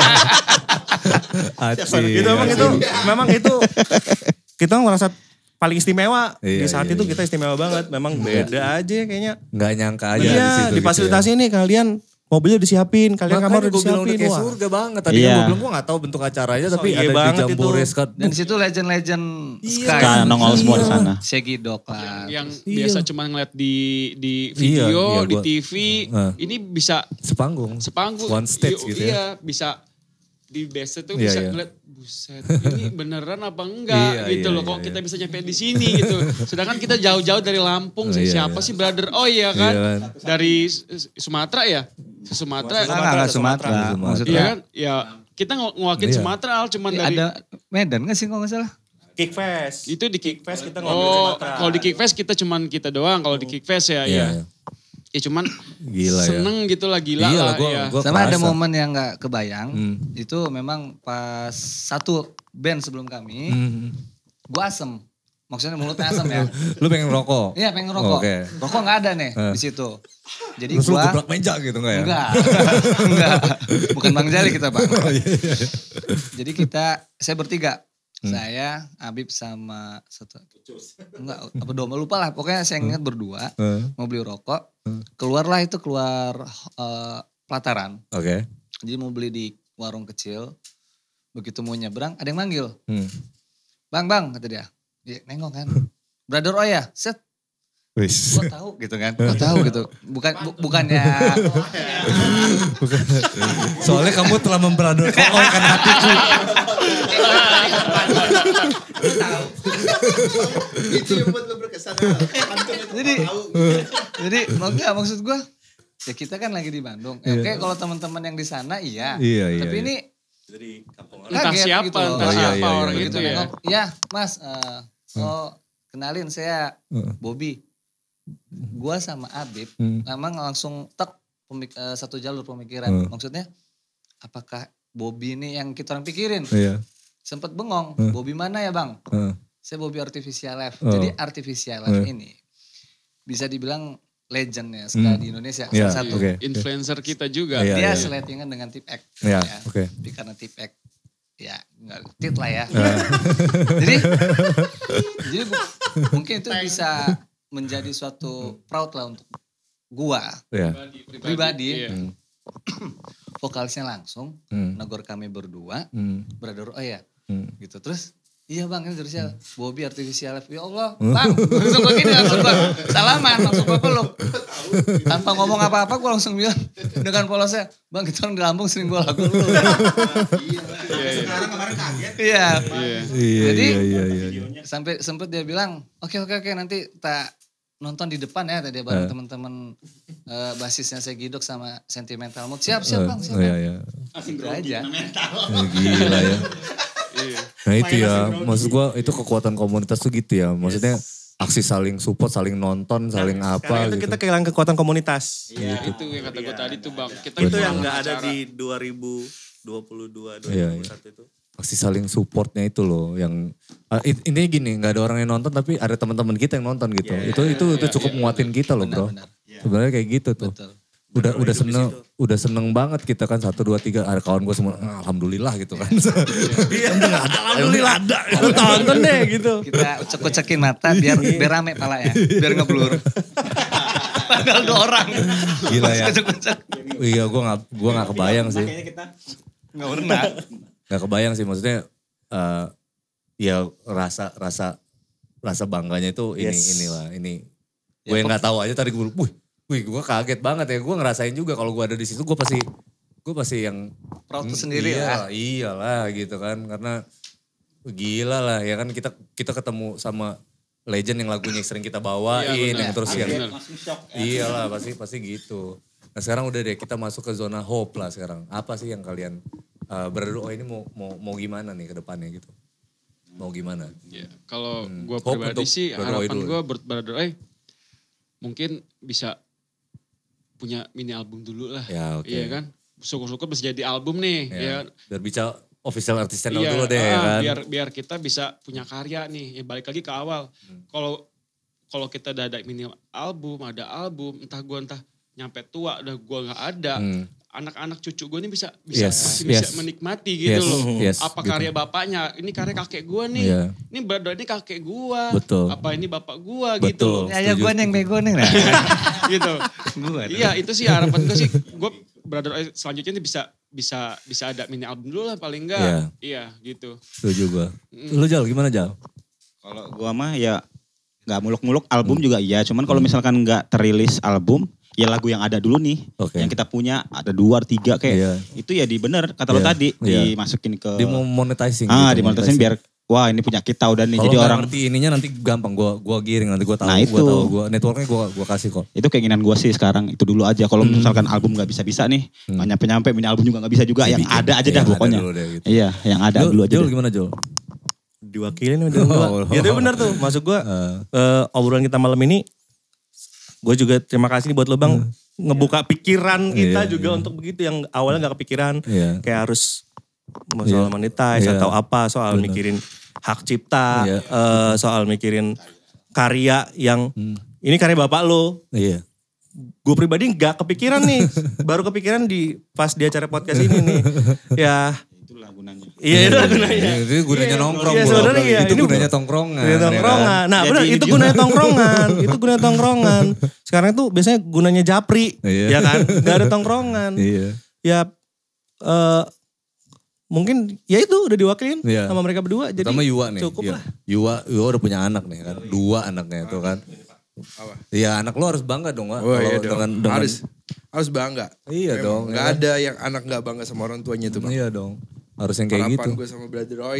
Aci. Itu memang itu memang itu kita ngerasa paling istimewa Iya, di saat iya, itu iya. kita istimewa banget. Memang beda aja kayaknya. Nggak nyangka aja Iya, di situ. difasilitasi gitu nih kalian mobilnya disiapin, ya. kalian kamar Makanya udah gue bilang udah disiapin. kayak Wah. surga banget. Tadi Iya. gue bilang gue gak tahu bentuk acaranya tapi iya ada di banget itu. Jamboreska. Dan di situ legend-legend Iya. Sky. Ska nongol semua di sana. Segi Dokar. Yang Iya. biasa cuma ngeliat di di Iya, video, iya, di gua- T V, Nah. ini bisa Sepanggung. sepanggung. One stage Iya, gitu ya. Iya, bisa di base tuh Iya, bisa iya. ngeliat buset ini beneran apa enggak Iya, gitu iya, loh iya, kok iya. kita bisa nyampe di sini gitu. Sedangkan kita jauh-jauh dari Lampung, Oh, iya, siapa iya. sih brother? Oh iya kan, Iya kan. dari S- Sumatera ya, Sumatera. Ah, enggak, enggak Sumatera. Sumatera. Iya Maksudnya kan, ya kita ng- ngewakilin Iya. Sumatera Al cuman dari ada Medan gak sih kalau gak salah? Kickfest. itu di Kickfest kita ngambil Oh, Sumatera. kalau di Kickfest kita cuman kita doang. Kalau di Kickfest ya, Iya, ya, iya. ya cuman Gila ya. seneng gitu lah gila Iya lah. lah, gua- ya. gua- Sama ada kerasa. momen yang gak kebayang. Hmm. Itu memang pas satu band sebelum kami, Hmm. gue asem. Maksudnya mulutnya asem ya. Lu pengen rokok? Iya pengen rokok. Oke. Rokok gak ada nih Eh. di situ. Jadi Terus lu gua geblak meja gitu enggak ya? enggak. enggak. Bukan Bang Jali kita, Bang. Oh, iya, iya. Jadi kita saya bertiga. Hmm. Saya, Habib sama satu enggak apa dua lupa lah. Pokoknya saya ingat berdua Eh, mau beli rokok. Keluarlah itu keluar eh, pelataran. Oke. Jadi mau beli di warung kecil. Begitu mau nyebrang ada yang manggil. Hmm. Bang, bang kata dia. Dia nengok kan. Brother oh ya, set. Wis. Gue tahu gitu kan. Gue tahu gitu. Bukan bu- bukannya Soalnya kamu telah memperadakan hatiku. Itu yang buat lo berkesan. jadi jadi enggak maksud gue ya kita kan lagi di Bandung. Ya, oke kalau teman-teman yang di sana iya. Iya, iya, Tapi iya. ini Entah kaget siapa, gitu loh. entah Oh, iya, siapa iya, iya, orang iya. itu Begitu ya. nengok, ya mas, eh, oh kenalin saya Heeh. Bobby. Gua sama Habib Hmm. memang langsung tek pemik- eh, satu jalur pemikiran. Hmm. Maksudnya apakah Bobby ini yang kita orang pikirin? Iya. Sempet bengong, Hmm. Bobby mana ya bang? Heeh. Saya Bobby Artificial Life. Oh. Jadi Artificial Life Hmm. ini bisa dibilang legend ya sekali Hmm. di Indonesia. Iya, Salah satu. oke. Influencer kita juga. Iya, Dia iya. seletingan dengan Tip X. Iya, ya. oke. Tapi karena Tip X ya nggak tit lah ya. Eh, jadi jadi bu- mungkin itu bisa menjadi suatu proud lah untuk gua Iya. pribadi, Iya. Hmm. vokalisnya langsung Hmm. negor kami berdua, Hmm. Brother oh ya, Hmm. gitu. Terus iya bang, ini dari siapa? Bobby Artificial Life. Ya Allah, bang. Langsung gue gini, langsung gue salaman, langsung gue peluk. Tanpa ngomong apa-apa, gue langsung bilang dengan polosnya, bang kita orang di Lampung sering gue lagu lu. Sekarang kemarin kaget. Iya. Iya. Iya, Jadi, iya, iya, iya, iya. sampai sempet dia bilang, oke oke oke nanti tak nonton di depan ya tadi bareng Eh. teman-teman eh, basisnya saya Gidok sama Sentimental Mood. Siap siap bang, siap. Oh, iya, Bang. iya. Gitu aja. Ya, gila ya. Iya. Nah itu ya, maksud gua itu kekuatan komunitas tuh gitu ya. Maksudnya aksi saling support, saling nonton, saling apa Sekarang itu gitu. kita kehilangan kekuatan komunitas. Iya, itu yang kata gue tadi tuh bang. Kita Itu cuma yang nggak ada acara. di dua ribu dua puluh dua, Iya, dua ribu dua puluh satu itu. Aksi saling supportnya itu loh yang uh, it- intinya gini, nggak ada orang yang nonton tapi ada teman-teman kita yang nonton gitu. itu itu itu cukup nguatin kita loh bro. Benar, Sebenarnya kayak gitu tuh. Betul. Udah udah seneng udah seneng banget kita kan satu dua tiga ada kawan gue semua "Ah, alhamdulillah gitu kan. Iya ada alhamdulillah ada. Lu tonton deh gitu. Kita ucek-ucekin mata biar biar rame pala ya, biar ngeblur. Padahal dua orang. Gila ya. Ucek-ucek. Iya gue nggak gue nggak kebayang sih. Nggak pernah. Nggak kebayang sih maksudnya eh ya rasa rasa rasa bangganya itu ini Yes. inilah ini gue nggak tahu aja tadi gue wih wih gue kaget banget ya gue ngerasain juga kalau gue ada di situ gue pasti gue pasti yang Proud "Hmm, sendiri iya, lah." iyalah gitu kan karena gila lah ya kan kita kita ketemu sama legend yang lagunya sering kita bawain Iya, benar. yang terus yang Benar. iyalah pasti pasti gitu. Nah sekarang udah deh kita masuk ke zona hope lah sekarang. Apa sih yang kalian uh, berdoa oh ini mau mau mau gimana nih ke depannya gitu? Mau gimana? Iya, kalau Hmm. gue Hope pribadi untuk sih Brother Oi harapan dulu. gue Brother Oi mungkin bisa punya mini album dulu lah. Ya oke. Iya kan? Syukur-syukur bisa jadi album nih. Ya, Ya, biar bisa official artist channel iya, dulu deh ya ah, kan. biar biar kita bisa punya karya nih. Ya, balik lagi ke awal. Hmm. Kalau kalau kita udah ada mini album, ada album, entah gue entah nyampe tua udah gue nggak ada. Hmm. Anak-anak cucu gue ini bisa bisa Yes, masih bisa yes. menikmati gitu Yes, loh. yes, Apa gitu. karya bapaknya? Ini karya kakek gue nih. Iya. Ini brother ini kakek gue. Betul. Apa ini bapak gue Betul. gitu loh. Ya ya Setuju, gue neng bego neng nah. gitu. Gua. Iya itu sih harapan gue sih. Gue brother Oi selanjutnya ini bisa bisa bisa ada mini album dulu lah paling enggak. Iya. Iya gitu. Setuju gue. Lu Jal gimana Jal? Kalau gua mah ya nggak muluk-muluk album juga iya. Cuman kalau misalkan nggak terilis album, ya lagu yang ada dulu nih. Oke. Yang kita punya ada dua, tiga kayak. Iya. Itu ya di bener kata lo Iya, tadi. iya. Dimasukin ke. Di mau monetizing ah gitu, dimonetisin biar. Wah ini punya kita udah nih. Kalau Jadi nggak orang. ngerti ininya nanti gampang gua gua giring nanti gua tahu Nah, gua itu. tahu gua networknya gua gua kasih kok. Itu keinginan gua sih sekarang. Itu dulu aja. Kalau misalkan album nggak bisa-bisa nih. Hmm. Nggak nyampe-nyampe. Mini album juga nggak bisa juga. Ya, Yang bikin. ada aja Yang dah ada pokoknya. dulu deh, gitu. Iya yang ada Jol, dulu aja. Jol deh. gimana Jol? Diwakilin sama Jol dua. Oh, Ya tapi benar tuh. Maksud gue Eh. eh, obrolan kita malam ini. Gue juga terima kasih nih buat lo bang. Ngebuka pikiran kita Iya, juga iya. untuk begitu. Yang awalnya gak kepikiran. Iya. Kayak harus soal Iya. monetize Iya. atau apa. Soal Benar. mikirin hak cipta. Iya. eh, soal mikirin karya yang. Hmm. Ini karya bapak lo. Iya. Gue pribadi gak kepikiran nih. Baru kepikiran di pas di acara podcast ini nih. Ya. Itulah gunanya. Iya itu gunanya. Itu gunanya nongkrong. Iya, gua sebenarnya bilang. iya. Itu Ini gunanya tongkrongan. Gunanya ya kan? tongkrongan. Nah Jadi benar ini itu juga. gunanya tongkrongan. Itu gunanya tongkrongan. Sekarang itu biasanya gunanya japri. Iya. Ya kan. Gak ada tongkrongan. Iya. Ya eh mungkin ya itu udah diwakilin Iya. sama mereka berdua. Jadi Pertama Yua nih. cukup Iya. lah. Yua, Yua udah punya anak nih kan. Dua anaknya tuh kan. Iya anak lo harus bangga dong Wak. Oh Kalau iya dong. dengan, dengan, harus harus bangga. Iya Memang dong, Gak ya kan? ada yang anak gak bangga sama orang tuanya tuh bang. Iya dong. Harus yang kayak Harapan gitu. gue sama Brother Oi.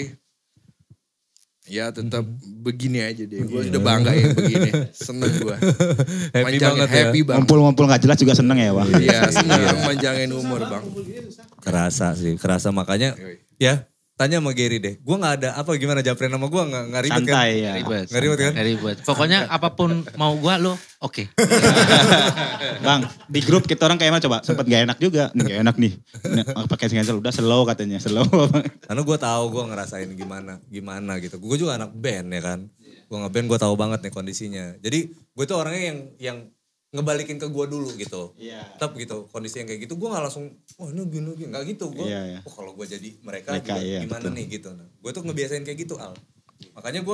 Ya tetap begini aja deh. Gue udah bangga ya begini. Seneng gue. Happy Manjangin, banget ya. happy banget. Ngumpul-ngumpul gak jelas juga seneng ya bang. Iya seneng manjangin umur bang. Kerasa sih, kerasa makanya Yoi. ya tanya sama Gary deh. Gue gak ada apa gimana japrin sama gue gak, gak ribet kan? Santai ya. Ribet. Nggak ribet kan? Nggak ribet. Pokoknya apapun mau gua lo oke. Bang, di grup kita orang kayak mana coba? Sempet gak enak juga. Nih gak enak nih. Nih, pakai cancel udah slow katanya, slow. Karena gue tahu gue ngerasain gimana, gimana gitu. Gue juga anak band ya kan. Gue ngeband gue tahu banget nih kondisinya. Jadi gue tuh orangnya yang yang ngebalikin ke gue dulu gitu. Iya. Tetap gitu kondisi yang kayak gitu gue gak langsung wah ini gini gini nggak gitu gue. Iya, iya. Oh kalau gue jadi mereka, Mereka, juga iya, gimana betul. nih gitu. Nah, gue tuh ngebiasain kayak gitu Al. Makanya gue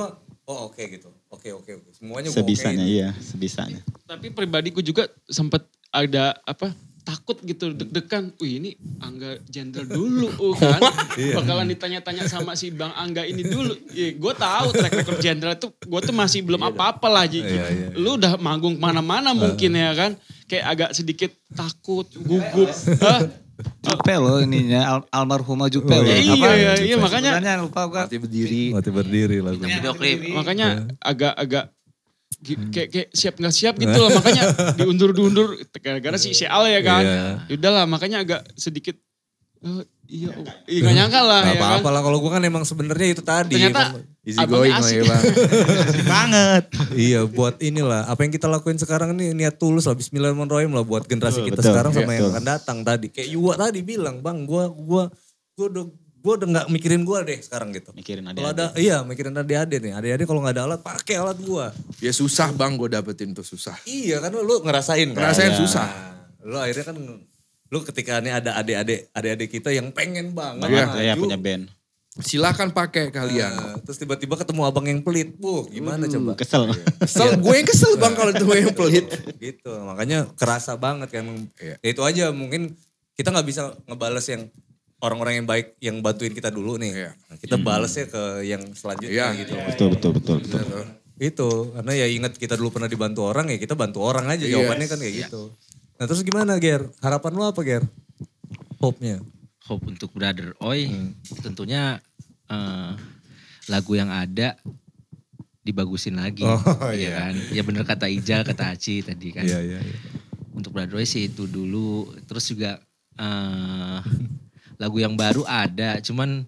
Oh oke gitu. Oke oke oke. Semuanya gue Sebisanya okein. iya, sebisanya. Tapi pribadiku juga sempat ada apa takut gitu deg-degan. Wih ini Angga Jenderal dulu uh, kan. Bakalan ditanya-tanya sama si Bang Angga ini dulu. Ya, gue tahu track record Jenderal itu gue tuh masih belum apa-apa lah. Ji. Iya, iya. Lu udah manggung kemana-mana mungkin ya kan. Kayak agak sedikit takut, gugup. Hah? Jupe loh ininya, al almarhumah Jupe Oh, loh. iya, Apa? iya, iya, makanya- Sebenarnya lupa gua. Mati berdiri. Mati berdiri lagu. Video klip. Makanya agak-agak gi- kayak kayak siap nggak siap gitu lah. Makanya diundur-undur gara-gara si si Al ya kan. Iya. Yaudahlah makanya agak sedikit oh, iya, oh, iya gak nyangka lah Gak ya kan. apa-apa lah kalau gue kan emang sebenarnya itu tadi. Ternyata Easy abangnya going lah asik. ya bang. Banget. Iya buat inilah apa yang kita lakuin sekarang ini niat tulus lah Bismillahirrahmanirrahim lah buat generasi Betul, kita betul. sekarang sama Iya, yang betul. akan datang tadi. Kayak Yuwa tadi bilang bang gue gua gua udah gua udah nggak mikirin gue deh sekarang gitu. Mikirin Kalau adik-adik. ada iya mikirin adik-adik nih adik-adik kalau nggak ada alat pakai alat gue. Ya susah bang gue dapetin tuh susah. Iya kan lu ngerasain kan. Ngerasain Iya. susah. Lu akhirnya kan lu ketika ini ada adik-adik adik-adik kita yang pengen banget. Banget maju. ya punya band. Silakan pakai kalian. Nah, terus tiba-tiba ketemu abang yang pelit. Buh, gimana coba? Kesel. Kesel, gue yang kesel bang kalau itu gue yang pelit. Gitu, makanya kerasa banget kan. Iya. Ya itu aja mungkin kita nggak bisa ngebales yang orang-orang yang baik yang bantuin kita dulu nih. Iya. Nah, kita balesnya ke yang selanjutnya Iya. gitu. Betul, betul, betul, betul. Itu, karena ya ingat kita dulu pernah dibantu orang ya kita bantu orang aja. Iya. Jawabannya kan kayak gitu. Nah terus gimana Ger? Harapan lu apa Ger? Hope-nya? Hope untuk Brother Oi tentunya eh, lagu yang ada dibagusin lagi. Oh, ya iya. kan? Ya bener kata Ijal, kata Aci tadi kan. Iya, iya, iya. Untuk Brother Oi sih itu dulu. Terus juga eh, lagu yang baru ada, cuman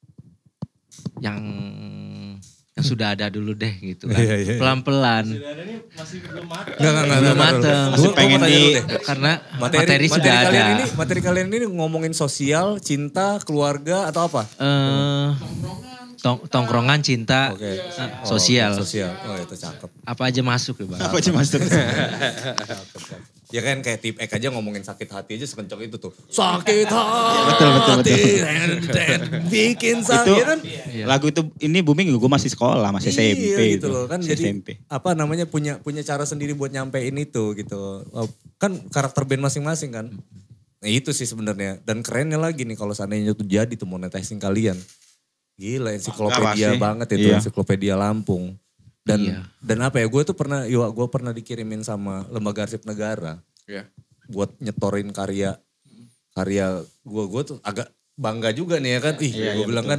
yang yang sudah ada dulu deh gitu kan. Iya, iya, iya. Pelan-pelan. Enggak, enggak, enggak. Belum mateng. Masih pengen di- Karena materi, sudah ada. Kalian ini, materi kalian ini ngomongin sosial, cinta, keluarga atau apa? Eh, tong- tongkrongan, cinta, Oke. eh, sosial. Sosial. Oh itu cakep. Apa aja masuk ya Bang. Apa aja masuk? Ya kan kayak tip Ek aja ngomongin sakit hati aja sekencok itu tuh. Sakit hati. Betul, betul, betul. den, den, bikin Itu sakit kan. lagu itu ini booming gue masih sekolah, masih S M P. Iya gitu itu. loh kan Masih jadi S M P. apa namanya punya punya cara sendiri buat nyampein itu gitu. Oh, kan karakter band masing-masing kan. Nah itu sih sebenarnya dan kerennya lagi nih kalau seandainya tuh jadi tuh monetizing kalian. Gila ensiklopedia pasti. banget itu Iya. ensiklopedia Lampung. Dan Iya. dan apa ya gue tuh pernah yo gue pernah dikirimin sama lembaga arsip negara Ya. buat nyetorin karya karya gue gue tuh agak bangga juga nih ya kan. Ih Iya, gue iya, bilang betul. kan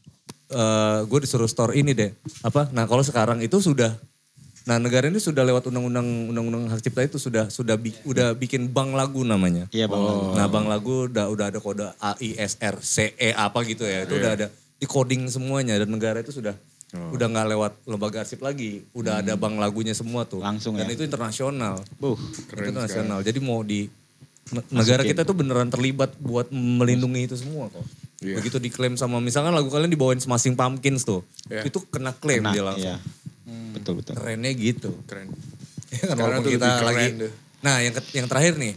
eh gue disuruh store ini deh. Apa? Nah kalau sekarang itu sudah, nah negara ini sudah lewat undang-undang undang-undang hak cipta itu sudah sudah bi- udah bikin bank lagu namanya. Iya, bank lagu. Nah bank lagu udah udah ada kode A I S R C E apa gitu ya. Itu udah ada di coding semuanya dan negara itu sudah udah nggak lewat lembaga arsip lagi. Udah ada bank lagunya semua tuh. Langsung dan ya. itu internasional. Buh, Itu internasional. Jadi mau di ne- negara kita tuh beneran terlibat buat melindungi itu semua kok. Iya. Begitu diklaim sama misalkan lagu kalian dibawain Smashing Pumpkins tuh. Iya. Itu kena klaim kena, dia langsung. iya. Betul, betul. Kerennya gitu. Keren. Ya kan Karena walaupun tuh kita lebih keren lagi. tuh. Nah yang ke- yang terakhir nih.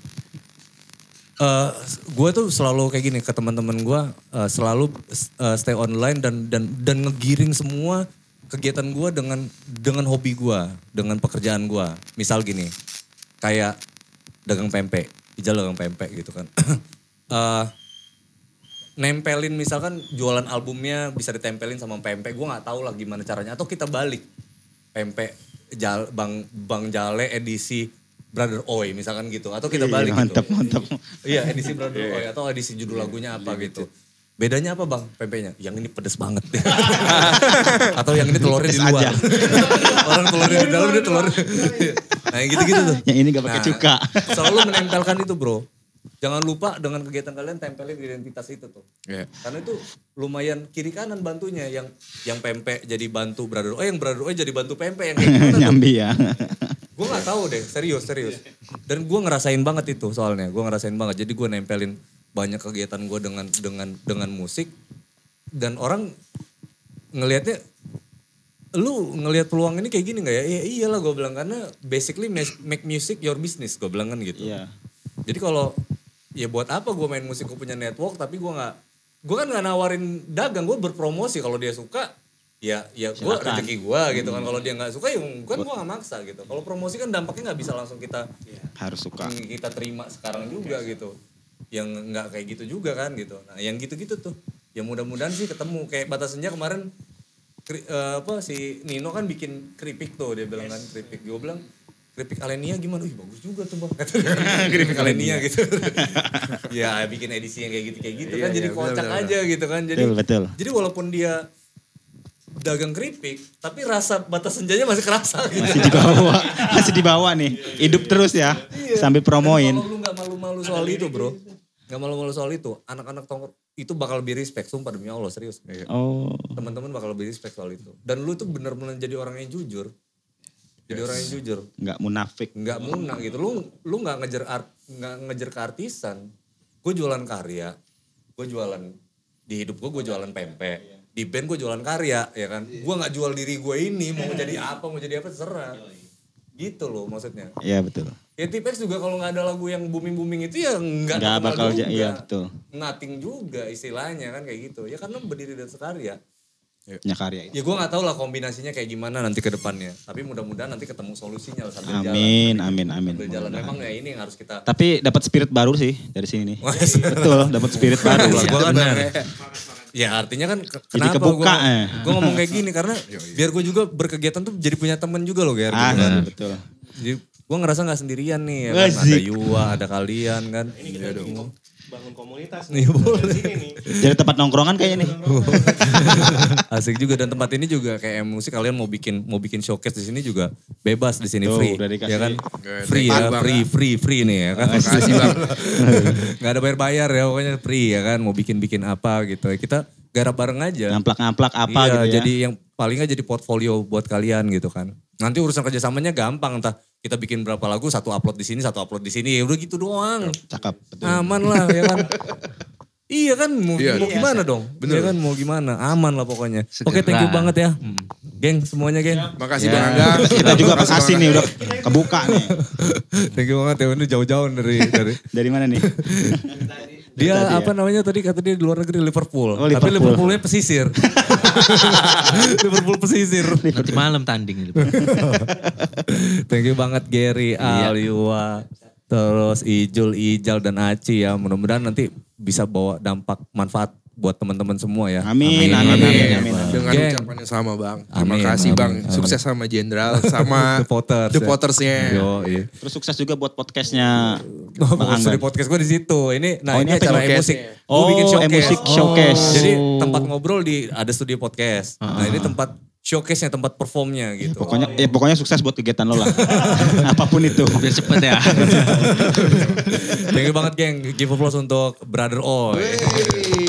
eh gue tuh selalu kayak gini ke teman-teman gue eh, selalu eh, stay online dan dan dan ngegiring semua kegiatan gue dengan dengan hobi gue, dengan pekerjaan gue. Misal gini, kayak dagang pempek, Ijal dagang pempek gitu kan. Eh nempelin misalkan jualan albumnya bisa ditempelin sama pempek, gue nggak tahu lah gimana caranya. Atau kita balik pempek jal, bang bang Jale edisi Brother Oi misalkan gitu. Atau kita balik Mantap, gitu. mantap. Iya edisi Brother Oi atau edisi judul lagunya apa gitu. Bedanya apa bang pempeknya? Yang ini pedes banget. Atau yang ini telurnya di Pedes luar. aja. Orang telurnya di dalam dia telur. Nah yang gitu-gitu tuh. Yang ini gak pakai Nah, cuka. Selalu menempelkan itu bro. Jangan lupa dengan kegiatan kalian tempelin identitas itu tuh. Iya. Karena itu lumayan kiri kanan bantunya. Yang yang pempek jadi bantu Brother Oi, yang Brother Oi jadi bantu pempek. Yang kayak gimana tuh? Nyambi ya. Gue gak tahu deh, serius, serius. Dan gue ngerasain banget itu soalnya. Gue ngerasain banget. Jadi gue nempelin banyak kegiatan gue dengan dengan dengan musik. Dan orang ngelihatnya, lu ngelihat peluang ini kayak gini gak ya? Iya iyalah gue bilang. Karena basically make music your business. Gue bilang kan gitu. Iya. Jadi kalau, ya buat apa gue main musik, gue punya network. Tapi gue gak, gue kan gak nawarin dagang. Gue berpromosi kalau dia suka. ya ya gue Silakan. rezeki gue gitu kan. Kalau dia nggak suka ya kan gue nggak maksa gitu. Kalau promosi kan dampaknya nggak bisa langsung kita Harus suka. kita terima sekarang juga gitu. Yang nggak kayak gitu juga kan gitu. Nah yang gitu-gitu tuh. Ya mudah-mudahan sih ketemu. Kayak Batas Senja kemarin kri, uh, apa si Nino kan bikin keripik tuh, dia bilang kan keripik. Gue bilang keripik Alenia gimana? Ih bagus juga tuh bang. Keripik Alenia gitu. Ya bikin edisi yang kayak gitu kayak gitu kan Iya, jadi iya, kocak benar, aja gitu kan. Jadi Betul, betul. jadi walaupun dia dagang keripik, tapi rasa Batas Senjanya masih kerasa gitu. Masih dibawa, masih dibawa nih. Hidup terus ya, sambil promoin. Dan kalau lu gak malu-malu soal itu bro, gak malu-malu soal itu, anak-anak tongkrong itu bakal lebih respect, sumpah demi Allah serius. Oh, Teman-teman bakal lebih respect soal itu. Dan lu tuh bener-bener jadi orang yang jujur. Jadi orang yang jujur. nggak munafik. Nggak muna gitu. Lu lu nggak ngejar art, nggak ngejar keartisan. Gue jualan karya, gue jualan di hidup gue gue jualan pempek. Di band gue jualan karya, ya kan. Gue nggak jual diri gue ini, mau jadi apa, mau jadi apa terserah. Gitu loh maksudnya. Iya betul. Ya T-Pex juga kalau nggak ada lagu yang booming-booming itu ya nggak Nggak terkenal bakal ja- juga. iya, betul. Nothing juga istilahnya kan kayak gitu. Ya karena berdiri dari karya. Punya karya itu. Ya gue gak tahu lah kombinasinya kayak gimana nanti ke depannya. Tapi mudah-mudahan nanti ketemu solusinya lah sambil jalan. Amin, amin, amin. Sambil jalan. Memang ya ini yang harus kita... Tapi dapat spirit baru sih dari sini nih. Betul, dapat spirit baru. Gua kan benar. Ya artinya kan ke- Jadi kenapa kebuka, gue eh. gue ngomong kayak gini karena biar gue juga berkegiatan tuh jadi punya teman juga loh Ger. Ah, gitu kan. betul. Jadi gue ngerasa gak sendirian nih ya kan. Ada Asik. Yua, ada kalian kan. Ini kita bikin bangun komunitas Iya, nih. boleh. Dari sini nih. Jadi tempat nongkrongan kayaknya nih. Asik juga dan tempat ini juga kayak musik kalian mau bikin mau bikin showcase di sini juga bebas di sini Tuh, free udah dikasih. ya kan Oke, free thank ya you, Bang. free free free nih ya kan Makasih bang. nggak ada bayar bayar ya pokoknya free ya kan mau bikin bikin apa gitu ya kita garap bareng aja Ngamplak-ngamplak apa iya, gitu ya. jadi yang paling nggak jadi portfolio buat kalian gitu kan nanti urusan kerjasamanya gampang entah kita bikin berapa lagu satu upload di sini satu upload di sini ya udah gitu doang Cakep, betul. aman lah ya kan iya kan mau, Iya, mau gimana dong Bener. ya kan mau gimana aman lah pokoknya Segera. oke thank you banget ya geng semuanya geng Makasih Ya. Bang Angga. Kita juga Makasih, makasih Bang nih Angga. udah kebuka nih. thank you banget ya ini jauh-jauh dari dari Dari mana nih? dia tadi ya? apa namanya tadi kata dia di luar negeri Liverpool, Oh, tapi Liverpool. Liverpoolnya pesisir Liverpool pesisir Nanti malam tanding. thank you banget Gary, Al, Yua, terus Ijul, Ijal dan Aci ya mudah-mudahan nanti bisa bawa dampak manfaat buat teman-teman semua ya. Amin, amin, amin, amin. Dengan Geng. ucapan yang sama bang. Terima Amin, kasih amin, bang. amin. Sukses sama Jenderal sama The Potters. The ya. Pottersnya. Yo, iya. Terus sukses juga buat podcastnya Oh, Bang sorry, Angga. podcast gue di situ. Ini, nah Oh, ini ini apa acara showcase? musik. Oh, Gue bikin showcase. e-musik showcase. Jadi tempat ngobrol di ada studio podcast. Nah ini tempat showcase-nya, tempat performnya gitu. Pokoknya ya pokoknya sukses buat kegiatan lo lah. Apapun itu. Biar cepet ya. Thank you banget geng. Give applause untuk Brother O.